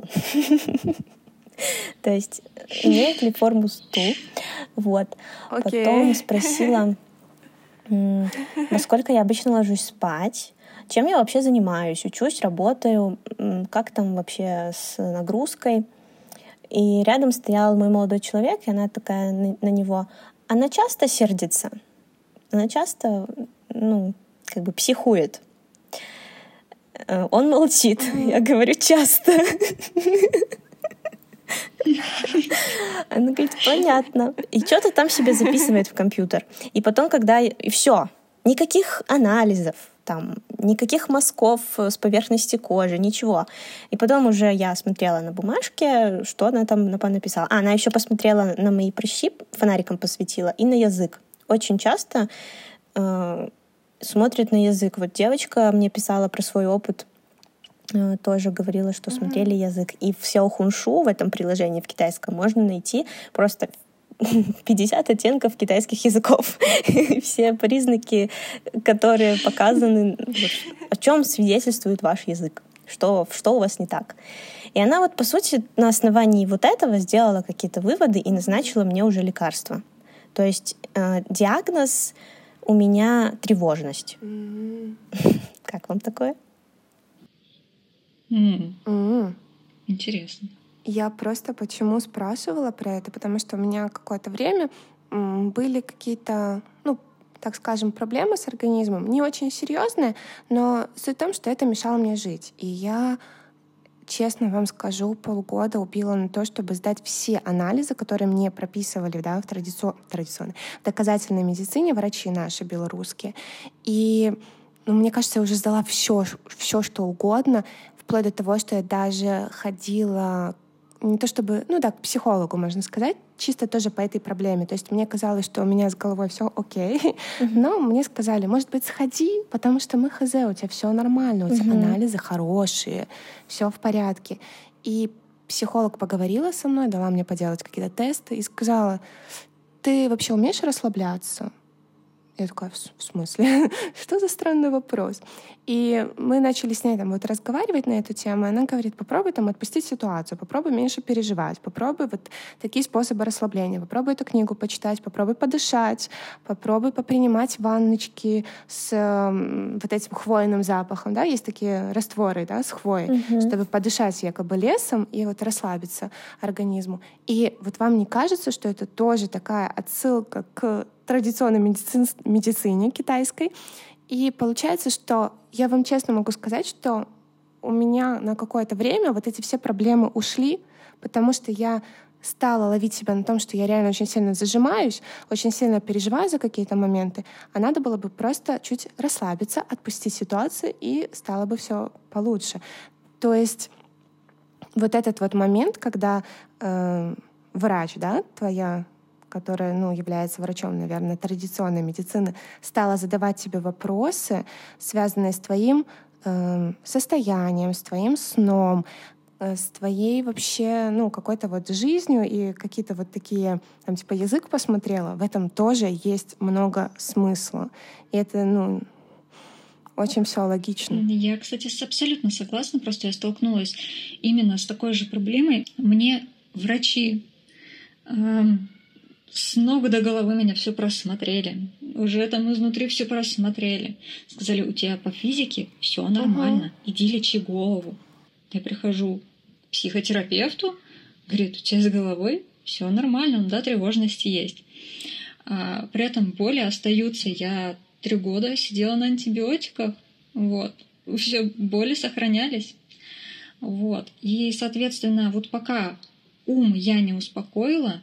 То есть имеет ли форму стул. Вот. Потом спросила, во сколько я обычно ложусь спать, чем я вообще занимаюсь, учусь, работаю, как там вообще с нагрузкой. И рядом стоял мой молодой человек, и она такая на, на него. Она часто сердится? Она часто, ну, как бы психует? Он молчит. Mm-hmm. Я говорю, часто. Она говорит, понятно. И что-то там себе записывает в компьютер. И потом, когда... И все. Никаких анализов. Там, никаких мазков с поверхности кожи, ничего. И потом уже я смотрела на бумажке, что она там написала. А, она еще посмотрела на мои прыщи, фонариком посветила, и на язык. Очень часто э, смотрит на язык. Вот девочка мне писала про свой опыт, э, тоже говорила, что mm-hmm. смотрели язык. И в Сяо Хуншу, в этом приложении в китайском, можно найти просто пятьдесят оттенков китайских языков. Все признаки, которые показаны, вот, о чем свидетельствует ваш язык, что, что у вас не так. И она вот, по сути, на основании вот этого сделала какие-то выводы и назначила мне уже лекарство. То есть э, диагноз у меня тревожность. Mm-hmm. Как вам такое? Mm. Mm. Интересно. Я просто почему спрашивала про это, потому что у меня какое-то время были какие-то, ну, так скажем, проблемы с организмом, не очень серьезные, но суть в том, что это мешало мне жить. И я, честно вам скажу, полгода убила на то, чтобы сдать все анализы, которые мне прописывали, да, в традицион... традиционной, в доказательной медицине врачи наши белорусские. И, ну, мне кажется, я уже сдала все, все, что угодно, вплоть до того, что я даже ходила не то чтобы, ну да, к психологу, можно сказать, чисто тоже по этой проблеме. То есть мне казалось, что у меня с головой все окей, mm-hmm. но мне сказали, может быть, сходи, потому что мы хз, у тебя все нормально, у тебя mm-hmm. анализы хорошие, все в порядке. И психолог поговорила со мной, дала мне поделать какие-то тесты и сказала, ты вообще умеешь расслабляться? Я такая, в смысле? Что за странный вопрос? И мы начали с ней там вот разговаривать на эту тему, и она говорит, попробуй там отпустить ситуацию, попробуй меньше переживать, попробуй вот такие способы расслабления, попробуй эту книгу почитать, попробуй подышать, попробуй попринимать ванночки с э, вот этим хвойным запахом, да, есть такие растворы, да, с хвоей, mm-hmm. чтобы подышать якобы лесом и вот расслабиться организму. И вот вам не кажется, что это тоже такая отсылка к традиционной медицин, медицине китайской? И получается, что я вам честно могу сказать, что у меня на какое-то время вот эти все проблемы ушли, потому что я стала ловить себя на том, что я реально очень сильно зажимаюсь, очень сильно переживаю за какие-то моменты, а надо было бы просто чуть расслабиться, отпустить ситуацию, и стало бы все получше. То есть вот этот вот момент, когда э, врач, да, твоя, которая, ну, является врачом, наверное, традиционной медицины, стала задавать тебе вопросы, связанные с твоим э, состоянием, с твоим сном, э, с твоей вообще, ну, какой-то вот жизнью, и какие-то вот такие, там, типа, язык посмотрела, в этом тоже есть много смысла. И это, ну, очень все логично. Я, кстати, абсолютно согласна, просто я столкнулась именно с такой же проблемой. Мне врачи эм, с ног до головы меня все просмотрели. Уже там изнутри все просмотрели. Сказали, у тебя по физике все нормально. Uh-huh. Иди лечи голову. Я прихожу к психотерапевту, говорит, у тебя с головой все нормально, ну да, тревожность есть. А при этом боли остаются. Я три года сидела на антибиотиках. Вот. Все боли сохранялись. Вот. И, соответственно, вот пока ум я не успокоила,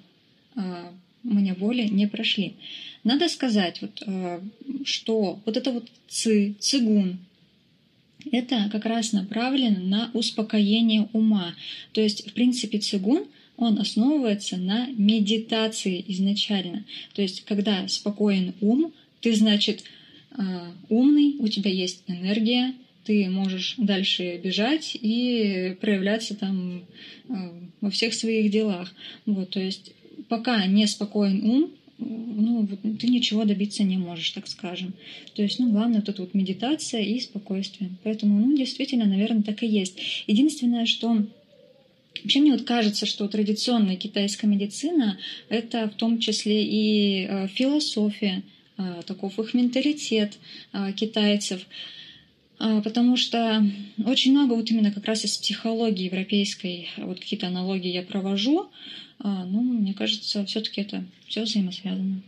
у меня боли не прошли. Надо сказать, вот, что вот это вот ци, цигун, это как раз направлено на успокоение ума. То есть, в принципе, цигун, он основывается на медитации изначально. То есть, когда спокоен ум, ты, значит, умный, у тебя есть энергия, ты можешь дальше бежать и проявляться там во всех своих делах. Вот, то есть, пока не спокоен ум, ну, ты ничего добиться не можешь, так скажем. То есть, ну, главное, вот эта вот медитация и спокойствие. Поэтому, ну, действительно, наверное, так и есть. Единственное, что вообще мне вот кажется, что традиционная китайская медицина — это в том числе и философия, таков их менталитет китайцев. Потому что очень много вот именно как раз из психологии европейской, вот какие-то аналогии я провожу, ну, мне кажется, все-таки это все взаимосвязано.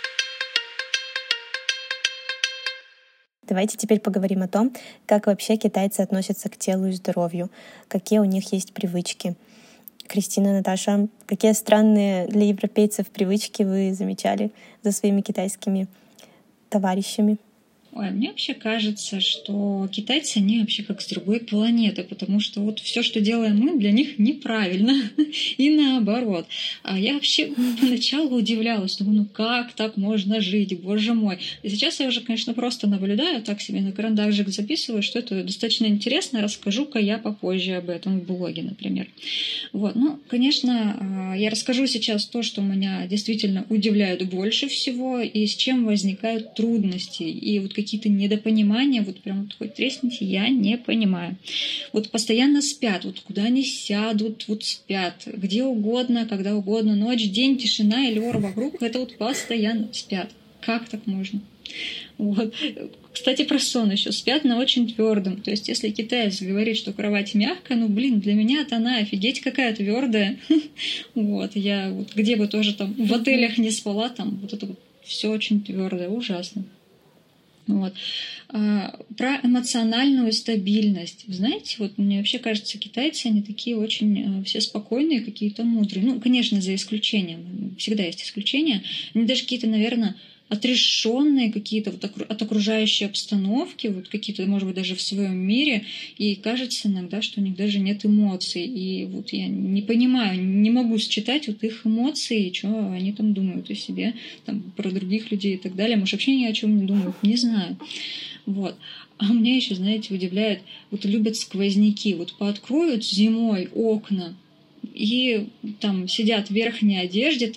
Давайте теперь поговорим о том, как вообще китайцы относятся к телу и здоровью, какие у них есть привычки. Кристина, Наташа, какие странные для европейцев привычки вы замечали за своими китайскими товарищами? Ой, мне вообще кажется, что китайцы, они вообще как с другой планеты, потому что вот все, что делаем мы, для них неправильно. И наоборот. А я вообще поначалу удивлялась, думаю, ну как так можно жить, боже мой. И сейчас я уже, конечно, просто наблюдаю, так себе на карандашик записываю, что это достаточно интересно, расскажу-ка я попозже об этом в блоге, например. Вот. Ну, конечно, я расскажу сейчас то, что меня действительно удивляет больше всего, и с чем возникают трудности, и вот какие-то недопонимания, вот прям вот хоть тресните, я не понимаю. Вот постоянно спят, вот куда они сядут, вот спят, где угодно, когда угодно, ночь, день, тишина или ор вокруг, это вот постоянно спят. Как так можно? Вот. Кстати, про сон еще. Спят на очень твердом. То есть, если китаец говорит, что кровать мягкая, ну, блин, для меня-то она офигеть какая твердая. Вот. Я вот где бы тоже там в отелях не спала, там вот это вот все очень твердое, ужасно. Вот. А, про эмоциональную стабильность. Вы знаете, вот мне вообще кажется, китайцы, они такие очень э, все спокойные, какие-то мудрые. Ну, конечно, за исключением. Всегда есть исключения. Они даже какие-то, наверное, отрешенные какие-то вот от окружающей обстановки, вот какие-то, может быть, даже в своем мире, и кажется иногда, что у них даже нет эмоций. И вот я не понимаю, не могу считать вот их эмоции, что они там думают о себе, там, про других людей и так далее. Может, вообще ни о чем не думают, не знаю. Вот. А меня еще, знаете, удивляет, вот любят сквозняки. Вот пооткроют зимой окна, и там сидят в верхней одежде, там,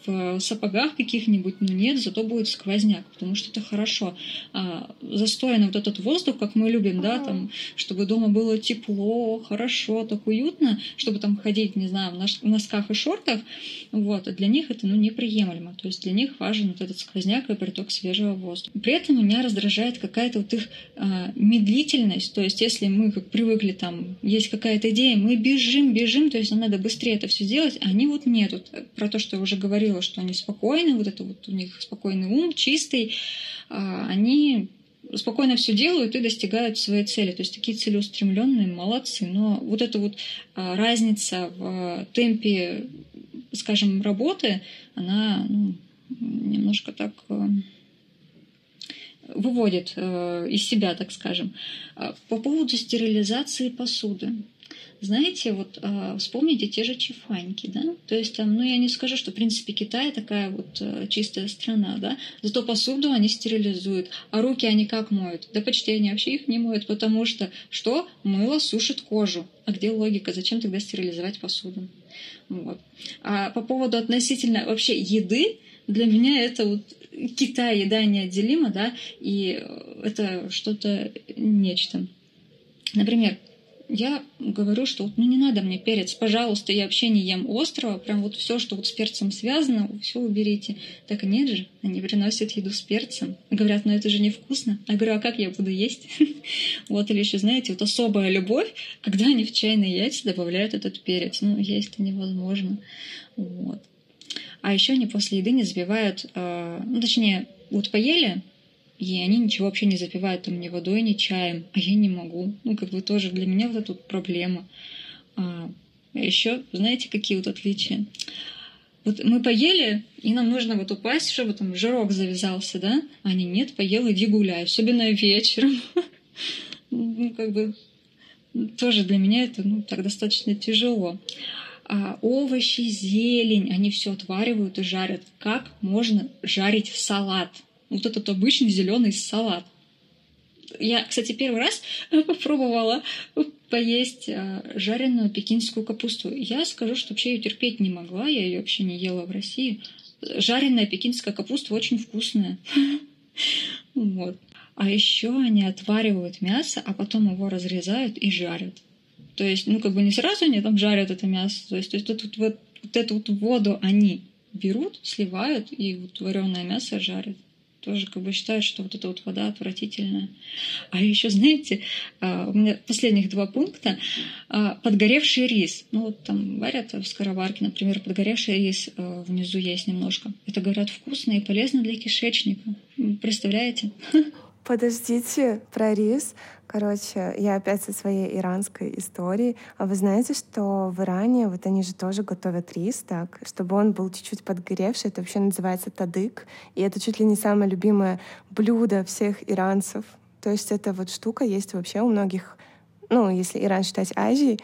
в сапогах каких-нибудь, но нет, зато будет сквозняк, потому что это хорошо. А застоянный вот этот воздух, как мы любим, да, там, чтобы дома было тепло, хорошо, так уютно, чтобы там ходить, не знаю, в носках и шортах, вот, для них это, ну, неприемлемо. То есть для них важен вот этот сквозняк и приток свежего воздуха. При этом меня раздражает какая-то вот их а, медлительность, то есть если мы как привыкли, там, есть какая-то идея, мы бежим, бежим, то есть нам надо быстрее это все делать, а они вот нет. Вот, про то, что я уже говорила, что они спокойны, вот это вот у них спокойный ум, чистый, а, они спокойно все делают и достигают своей цели. То есть такие целеустремленные, молодцы. Но вот эта вот а, разница в темпе, скажем, работы, она, ну, немножко так э, выводит э, из себя, так скажем. По поводу стерилизации посуды. Знаете, вот э, вспомните те же чифаньки, да? То есть там, ну, я не скажу, что, в принципе, Китай такая вот э, чистая страна, да? Зато посуду они стерилизуют. А руки они как моют? Да почти они вообще их не моют, потому что что? Мыло сушит кожу. А где логика? Зачем тогда стерилизовать посуду? Вот. А по поводу относительно вообще еды, для меня это вот Китай, еда неотделима, да? И это что-то нечто. Например, я говорю, что вот, ну не надо мне перец, пожалуйста, я вообще не ем острого, прям вот все, что вот с перцем связано, все уберите. Так нет же, они приносят еду с перцем. Говорят, ну это же невкусно. Я говорю, а как я буду есть? Вот, или еще, знаете, вот особая любовь, когда они в чайные яйца добавляют этот перец. Ну, есть-то невозможно. Вот. А еще они после еды не запивают, ну, точнее, вот поели, и они ничего вообще не запивают там ни водой, ни чаем, а я не могу. Ну, как бы тоже для меня вот эта вот проблема. А еще, знаете, какие вот отличия? Вот мы поели, и нам нужно вот упасть, чтобы там жирок завязался, да? А они нет, поел, иди гуляй, особенно вечером. Ну, как бы тоже для меня это, ну, так достаточно тяжело. А овощи, зелень, они все отваривают и жарят. Как можно жарить салат? Вот этот обычный зеленый салат. Я, кстати, первый раз попробовала поесть жареную пекинскую капусту. Я скажу, что вообще ее терпеть не могла, я ее вообще не ела в России. Жареная пекинская капуста очень вкусная. Вот. А еще они отваривают мясо, а потом его разрезают и жарят. То есть, ну, как бы не сразу они там жарят это мясо. То есть, то есть вот, вот, вот, вот эту вот воду они берут, сливают и вот вареное мясо жарят. Тоже как бы считают, что вот эта вот вода отвратительная. А еще, знаете, у меня последних два пункта. Подгоревший рис. Ну, вот там варят в скороварке, например, подгоревший рис внизу есть немножко. Это, говорят, вкусно и полезно для кишечника. Представляете? Подождите, про рис. Короче, я опять со своей иранской историей. А вы знаете, что в Иране вот они же тоже готовят рис так, чтобы он был чуть-чуть подгоревший. Это вообще называется тадык. И это чуть ли не самое любимое блюдо всех иранцев. То есть эта вот штука есть вообще у многих... Ну, если Иран считать Азией,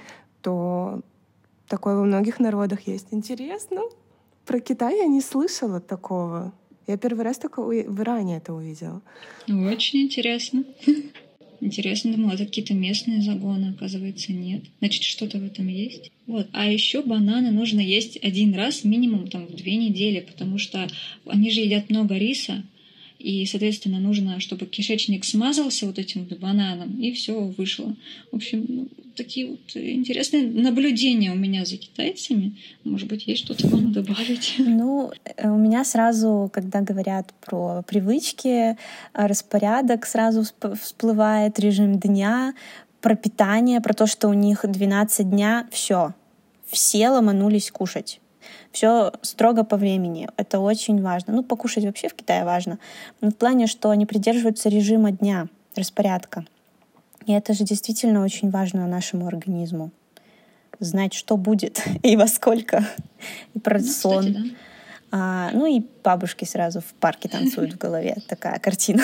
то такое во многих народах есть. Интересно. Про Китай я не слышала такого. Я первый раз только в Иране это увидела. Очень интересно. Интересно, думала, это какие-то местные загоны, оказывается, нет. Значит, что-то в этом есть. Вот. А еще бананы нужно есть один раз минимум там, в две недели, потому что они же едят много риса, и, соответственно, нужно, чтобы кишечник смазался вот этим вот бананом, и все вышло. В общем, ну, такие вот интересные наблюдения у меня за китайцами. Может быть, есть что-то вам добавить? Ну, у меня сразу, когда говорят про привычки, распорядок, сразу всплывает режим дня, про питание, про то, что у них двенадцать дня, все, все ломанулись кушать. Все строго по времени. Это очень важно. Ну, покушать вообще в Китае важно. Но в плане, что они придерживаются режима дня, распорядка. И это же действительно очень важно нашему организму. Знать, что будет и во сколько. И про ну, сон. Кстати, да. а, ну и бабушки сразу в парке танцуют в голове. Такая картина.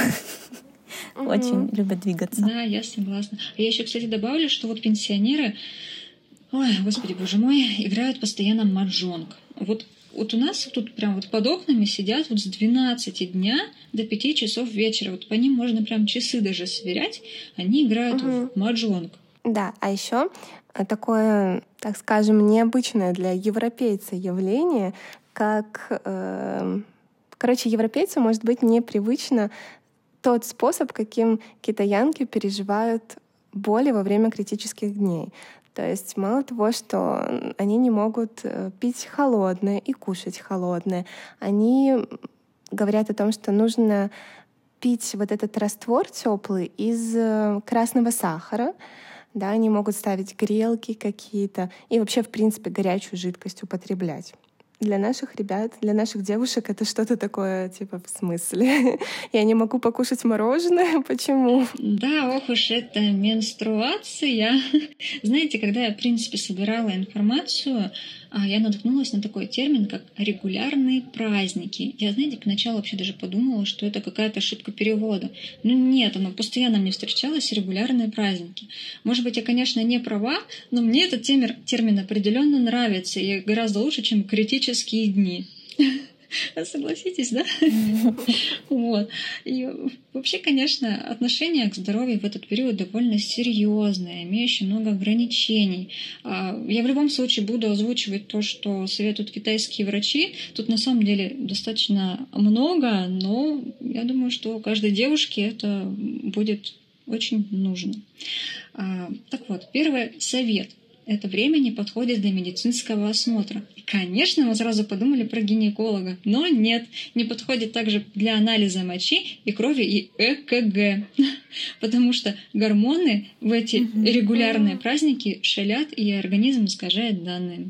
Очень любят двигаться. Да, я согласна. Я еще, кстати, добавлю, что вот пенсионеры, ой, господи, боже мой, играют постоянно маджонг. Вот, вот у нас тут прям вот под окнами сидят вот с двенадцати дня до пяти часов вечера. Вот по ним можно прям часы даже сверять. Они играют угу. в маджонг. Да, а еще такое, так скажем, необычное для европейца явление. как... Э, короче, европейцу может быть непривычно тот способ, каким китаянки переживают боли во время критических дней. То есть мало того, что они не могут пить холодное и кушать холодное, они говорят о том, что нужно пить вот этот раствор теплый из красного сахара. Да, они могут ставить грелки какие-то и вообще, в принципе, горячую жидкость употреблять. Для наших ребят, для наших девушек это что-то такое, типа, в смысле? Я не могу покушать мороженое? Почему? Да, ох уж это менструация. Знаете, когда я, в принципе, собирала информацию, я наткнулась на такой термин, как регулярные праздники. Я, знаете, поначалу вообще даже подумала, что это какая-то ошибка перевода. Ну нет, оно постоянно мне встречалось, регулярные праздники. Может быть, я, конечно, не права, но мне этот термин, термин определенно нравится и гораздо лучше, чем критические дни. Согласитесь, да? Вот. И вообще, конечно, отношение к здоровью в этот период довольно серьезное, имеющее много ограничений. Я в любом случае буду озвучивать то, что советуют китайские врачи. Тут на самом деле достаточно много, но я думаю, что каждой девушке это будет очень нужно. Так вот, первый совет. Это время не подходит для медицинского осмотра. И, конечно, мы сразу подумали про гинеколога, но нет, не подходит также для анализа мочи и крови и ЭКГ, потому что гормоны в эти регулярные праздники шалят, и организм искажает данные.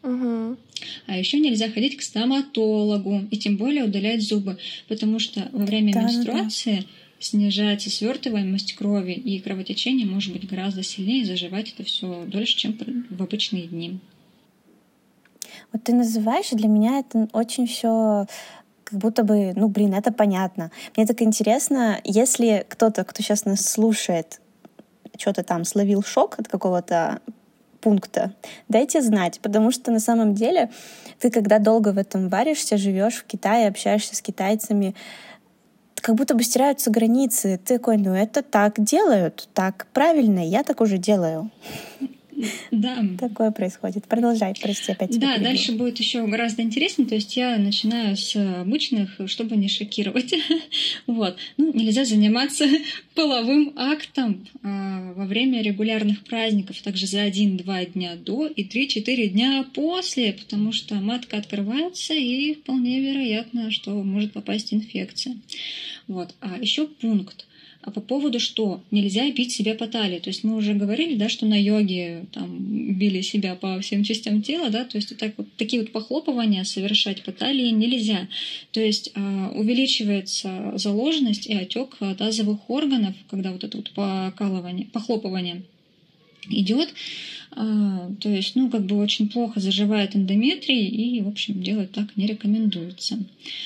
А еще нельзя ходить к стоматологу и тем более удалять зубы, потому что во время да, менструации да. снижается свертываемость крови, и кровотечение может быть гораздо сильнее, заживать это все дольше, чем в обычные дни. Вот ты называешь, и для меня это очень все как будто бы, ну, блин, это понятно. Мне так интересно, если кто-то, кто сейчас нас слушает, что-то там словил шок от какого-то пункта, дайте знать, потому что на самом деле ты, когда долго в этом варишься, живешь в Китае, общаешься с китайцами, как будто бы стираются границы. Ты такой, ну это так делают, так правильно, я так уже делаю. Да. Такое происходит. Продолжай, прости, опять тебя Да, перебила. дальше будет еще гораздо интереснее. То есть я начинаю с обычных, чтобы не шокировать. Вот. Ну, нельзя заниматься половым актом а, во время регулярных праздников, также за один-два дня до и три-четыре дня после, потому что матка открывается и вполне вероятно, что может попасть инфекция. Вот. А еще пункт. А по поводу что? Нельзя бить себя по талии. То есть мы уже говорили, да, что на йоге там, били себя по всем частям тела, да, то есть вот так вот, такие вот похлопывания совершать по талии нельзя. То есть а, увеличивается заложенность и отек тазовых органов, когда вот это вот покалывание, похлопывание идет, а, то есть, ну, как бы очень плохо заживает эндометрий, и, в общем, делать так не рекомендуется.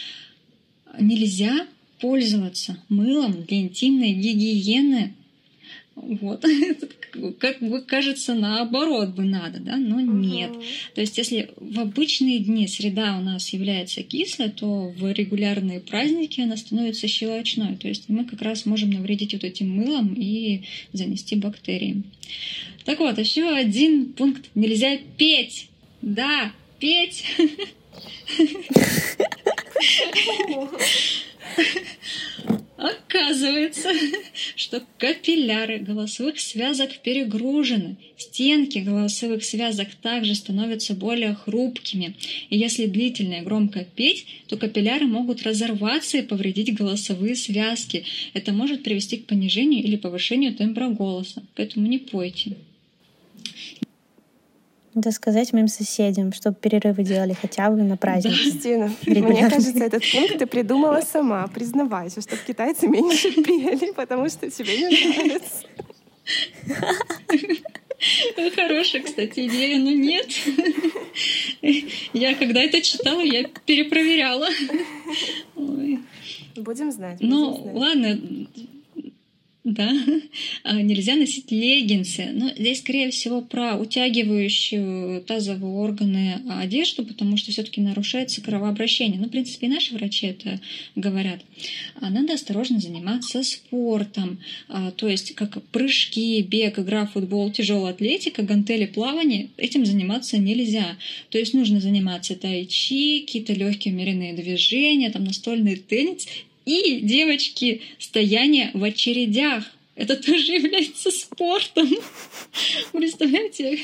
Нельзя пользоваться мылом для интимной гигиены. Вот. Как бы кажется, наоборот бы надо, да, но нет. Uh-huh. То есть, если в обычные дни среда у нас является кислой, то в регулярные праздники она становится щелочной. То есть мы как раз можем навредить вот этим мылом и занести бактерии. Так вот, еще один пункт. Нельзя петь. Да, петь. Оказывается, что капилляры голосовых связок перегружены. Стенки голосовых связок также становятся более хрупкими. И если длительно и громко петь, то капилляры могут разорваться и повредить голосовые связки. Это может привести к понижению или повышению тембра голоса. Поэтому не пойте. Надо сказать моим соседям, чтобы перерывы делали хотя бы на праздники. Кристина, мне кажется, этот пункт ты придумала сама. Признавайся, чтобы китайцы меньше пели, потому что тебе не нравится. Хорошая, кстати, идея, но нет. Я когда это читала, я перепроверяла. Ой. Будем знать. Ну, знать. ладно. да, нельзя носить леггинсы. Но здесь, скорее всего, про утягивающую тазовые органы одежду, потому что все-таки нарушается кровообращение. Ну, в принципе, и наши врачи это говорят. Надо осторожно заниматься спортом. То есть, как прыжки, бег, игра в футбол, тяжелая атлетика, гантели, плавание. Этим заниматься нельзя. То есть, нужно заниматься тайчи, какие-то легкие умеренные движения, там, настольный теннис. И, девочки, стояние в очередях. Это тоже является спортом. Представляете?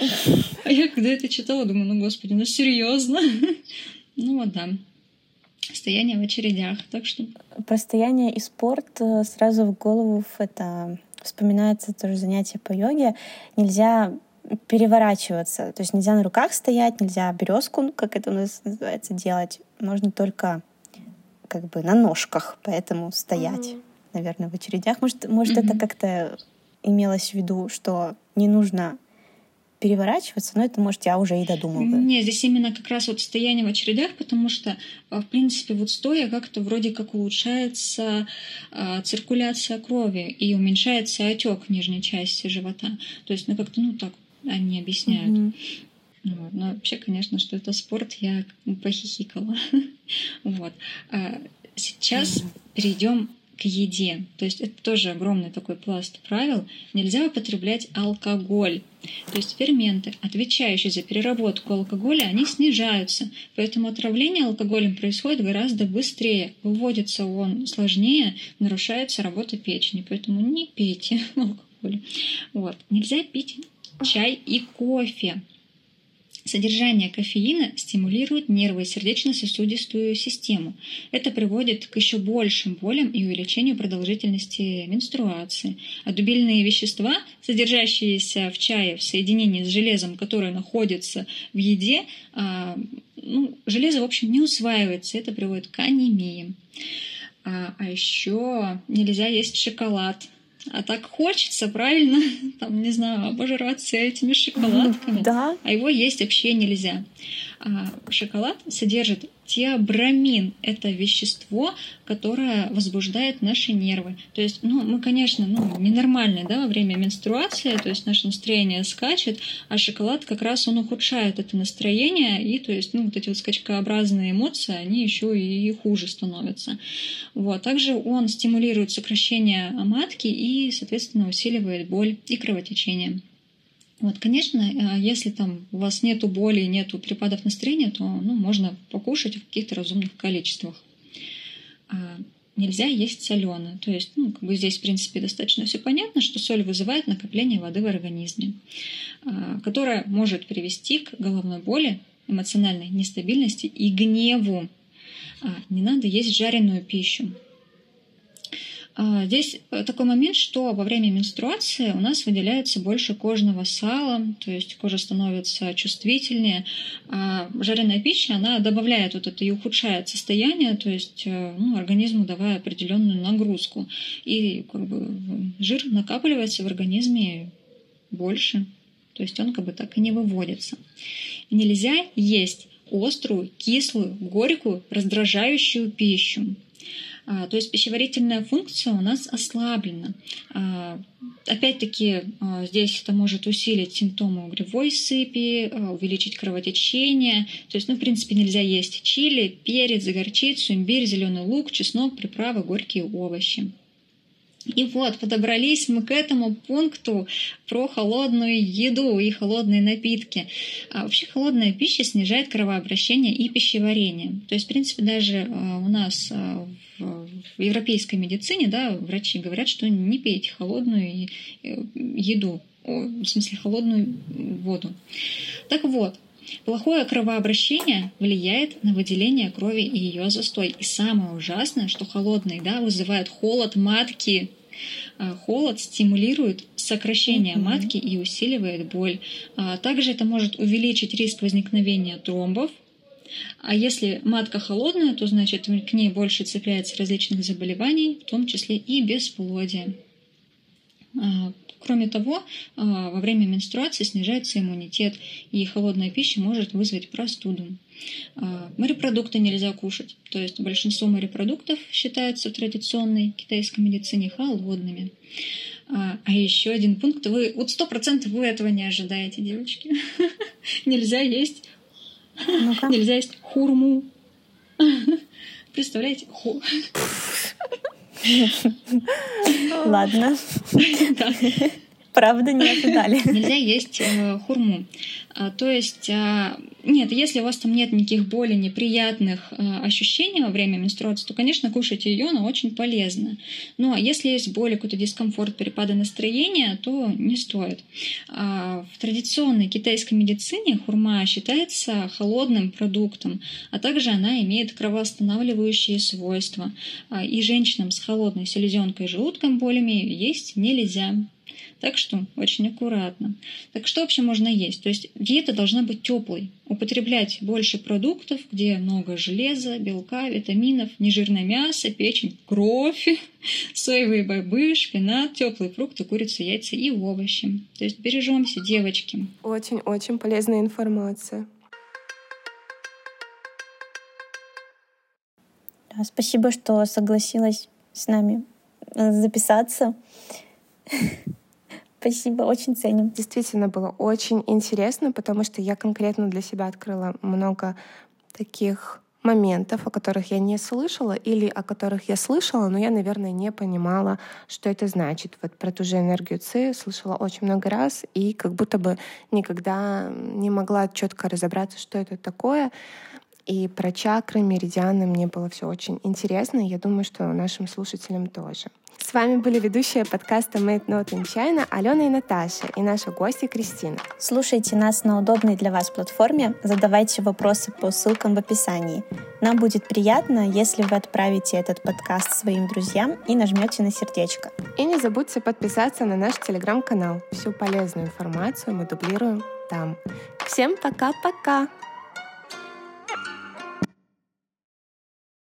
А я когда это читала, думаю, ну, господи, ну, серьезно? Ну, вот, да. Стояние в очередях. Так что... Про стояние и спорт сразу в голову это вспоминается тоже занятие по йоге. Нельзя переворачиваться. То есть нельзя на руках стоять, нельзя березку, как это у нас называется, делать. Можно только как бы на ножках, поэтому стоять, mm-hmm. наверное, в очередях. Может, может mm-hmm. это как-то имелось в виду, что не нужно переворачиваться, но это, может, я уже и додумываю. Нет, здесь именно как раз вот стояние в очередях, потому что, в принципе, вот стоя как-то вроде как улучшается а, циркуляция крови и уменьшается отек в нижней части живота. То есть, ну, как-то, ну, так они объясняют. Mm-hmm. Вот. Но вообще, конечно, что это спорт, я похихикала. Вот. А сейчас перейдем к еде. То есть это тоже огромный такой пласт правил. Нельзя употреблять алкоголь. То есть ферменты, отвечающие за переработку алкоголя, они снижаются. Поэтому отравление алкоголем происходит гораздо быстрее. Выводится он сложнее, нарушается работа печени. Поэтому не пейте алкоголь. Вот. Нельзя пить чай и кофе. Содержание кофеина стимулирует нервы и сердечно-сосудистую систему. Это приводит к еще большим болям и увеличению продолжительности менструации. А дубильные вещества, содержащиеся в чае в соединении с железом, которое находится в еде, ну, железо, в общем, не усваивается. Это приводит к анемии. А, а еще нельзя есть шоколад. А так хочется, правильно, там, не знаю, обожраться этими шоколадками, да. А его есть вообще нельзя. А шоколад содержит теобрамин. Это вещество, которое возбуждает наши нервы. То есть, ну, мы, конечно, ну, ненормальные, да, во время менструации, то есть наше настроение скачет, а шоколад как раз он ухудшает это настроение, и, то есть, ну, вот эти вот скачкообразные эмоции, они еще и хуже становятся. Вот. Также он стимулирует сокращение матки и, соответственно, усиливает боль и кровотечение. Вот, конечно, если там у вас нету боли, нету припадов настроения, то ну, можно покушать в каких-то разумных количествах. А нельзя есть соленое. То есть, ну, как бы здесь, в принципе, достаточно все понятно, что соль вызывает накопление воды в организме, которое может привести к головной боли, эмоциональной нестабильности и гневу. Не надо есть жареную пищу. Здесь такой момент, что во время менструации у нас выделяется больше кожного сала, то есть кожа становится чувствительнее, а жареная пища, она добавляет вот это и ухудшает состояние, то есть ну, организму давая определенную нагрузку. И как бы жир накапливается в организме больше, то есть он как бы так и не выводится. Нельзя есть острую, кислую, горькую, раздражающую пищу. То есть пищеварительная функция у нас ослаблена. Опять-таки здесь это может усилить симптомы угревой сыпи, увеличить кровотечение. То есть, ну, в принципе, нельзя есть чили, перец, горчицу, имбирь, зеленый лук, чеснок, приправы, горькие овощи. И вот, подобрались мы к этому пункту про холодную еду и холодные напитки. А вообще холодная пища снижает кровообращение и пищеварение. То есть, в принципе, даже у нас в европейской медицине, да, врачи говорят, что не пейте холодную еду, в смысле холодную воду. Так вот, плохое кровообращение влияет на выделение крови и ее застой. И самое ужасное, что холодная еда вызывает холод матки. Холод стимулирует сокращение mm-hmm. матки и усиливает боль. Также это может увеличить риск возникновения тромбов. А если матка холодная, то значит к ней больше цепляется различных заболеваний, в том числе и бесплодие. Кроме того, во время менструации снижается иммунитет, и холодная пища может вызвать простуду. Морепродукты нельзя кушать, то есть большинство морепродуктов считаются в традиционной китайской медицине холодными. А еще один пункт, вы вот сто процентов вы этого не ожидаете, девочки. Нельзя есть, Ну-ка. нельзя есть хурму. Представляете? Ху. Ладно. Да. Правда, не ожидали. Нельзя есть э, хурму. А, то есть, а, нет, если у вас там нет никаких более неприятных а, ощущений во время менструации, то, конечно, кушайте ее, она очень полезна. Ну, а если есть боль, какой-то дискомфорт, перепады настроения, то не стоит. А, в традиционной китайской медицине хурма считается холодным продуктом, а также она имеет кровоостанавливающие свойства. А, и женщинам с холодной селезенкой и желудком болями есть нельзя. Так что очень аккуратно. Так что вообще можно есть? То есть диета должна быть теплой. Употреблять больше продуктов, где много железа, белка, витаминов, нежирное мясо, печень, кровь, соевые бобы, шпинат, теплые фрукты, курицу, яйца и овощи. То есть бережемся, девочки. Очень-очень полезная информация. Да, спасибо, что согласилась с нами записаться. Спасибо, очень ценим. Действительно было очень интересно, потому что я конкретно для себя открыла много таких моментов, о которых я не слышала или о которых я слышала, но я, наверное, не понимала, что это значит. Вот про ту же энергию Ци слышала очень много раз и как будто бы никогда не могла четко разобраться, что это такое. И про чакры, меридианы мне было все очень интересно, и я думаю, что нашим слушателям тоже. С вами были ведущие подкаста Made Not in China Алена и Наташа, и наша гостья Кристина. Слушайте нас на удобной для вас платформе, задавайте вопросы по ссылкам в описании. Нам будет приятно, если вы отправите этот подкаст своим друзьям и нажмете на сердечко. И не забудьте подписаться на наш телеграм-канал. Всю полезную информацию мы дублируем там. Всем пока-пока!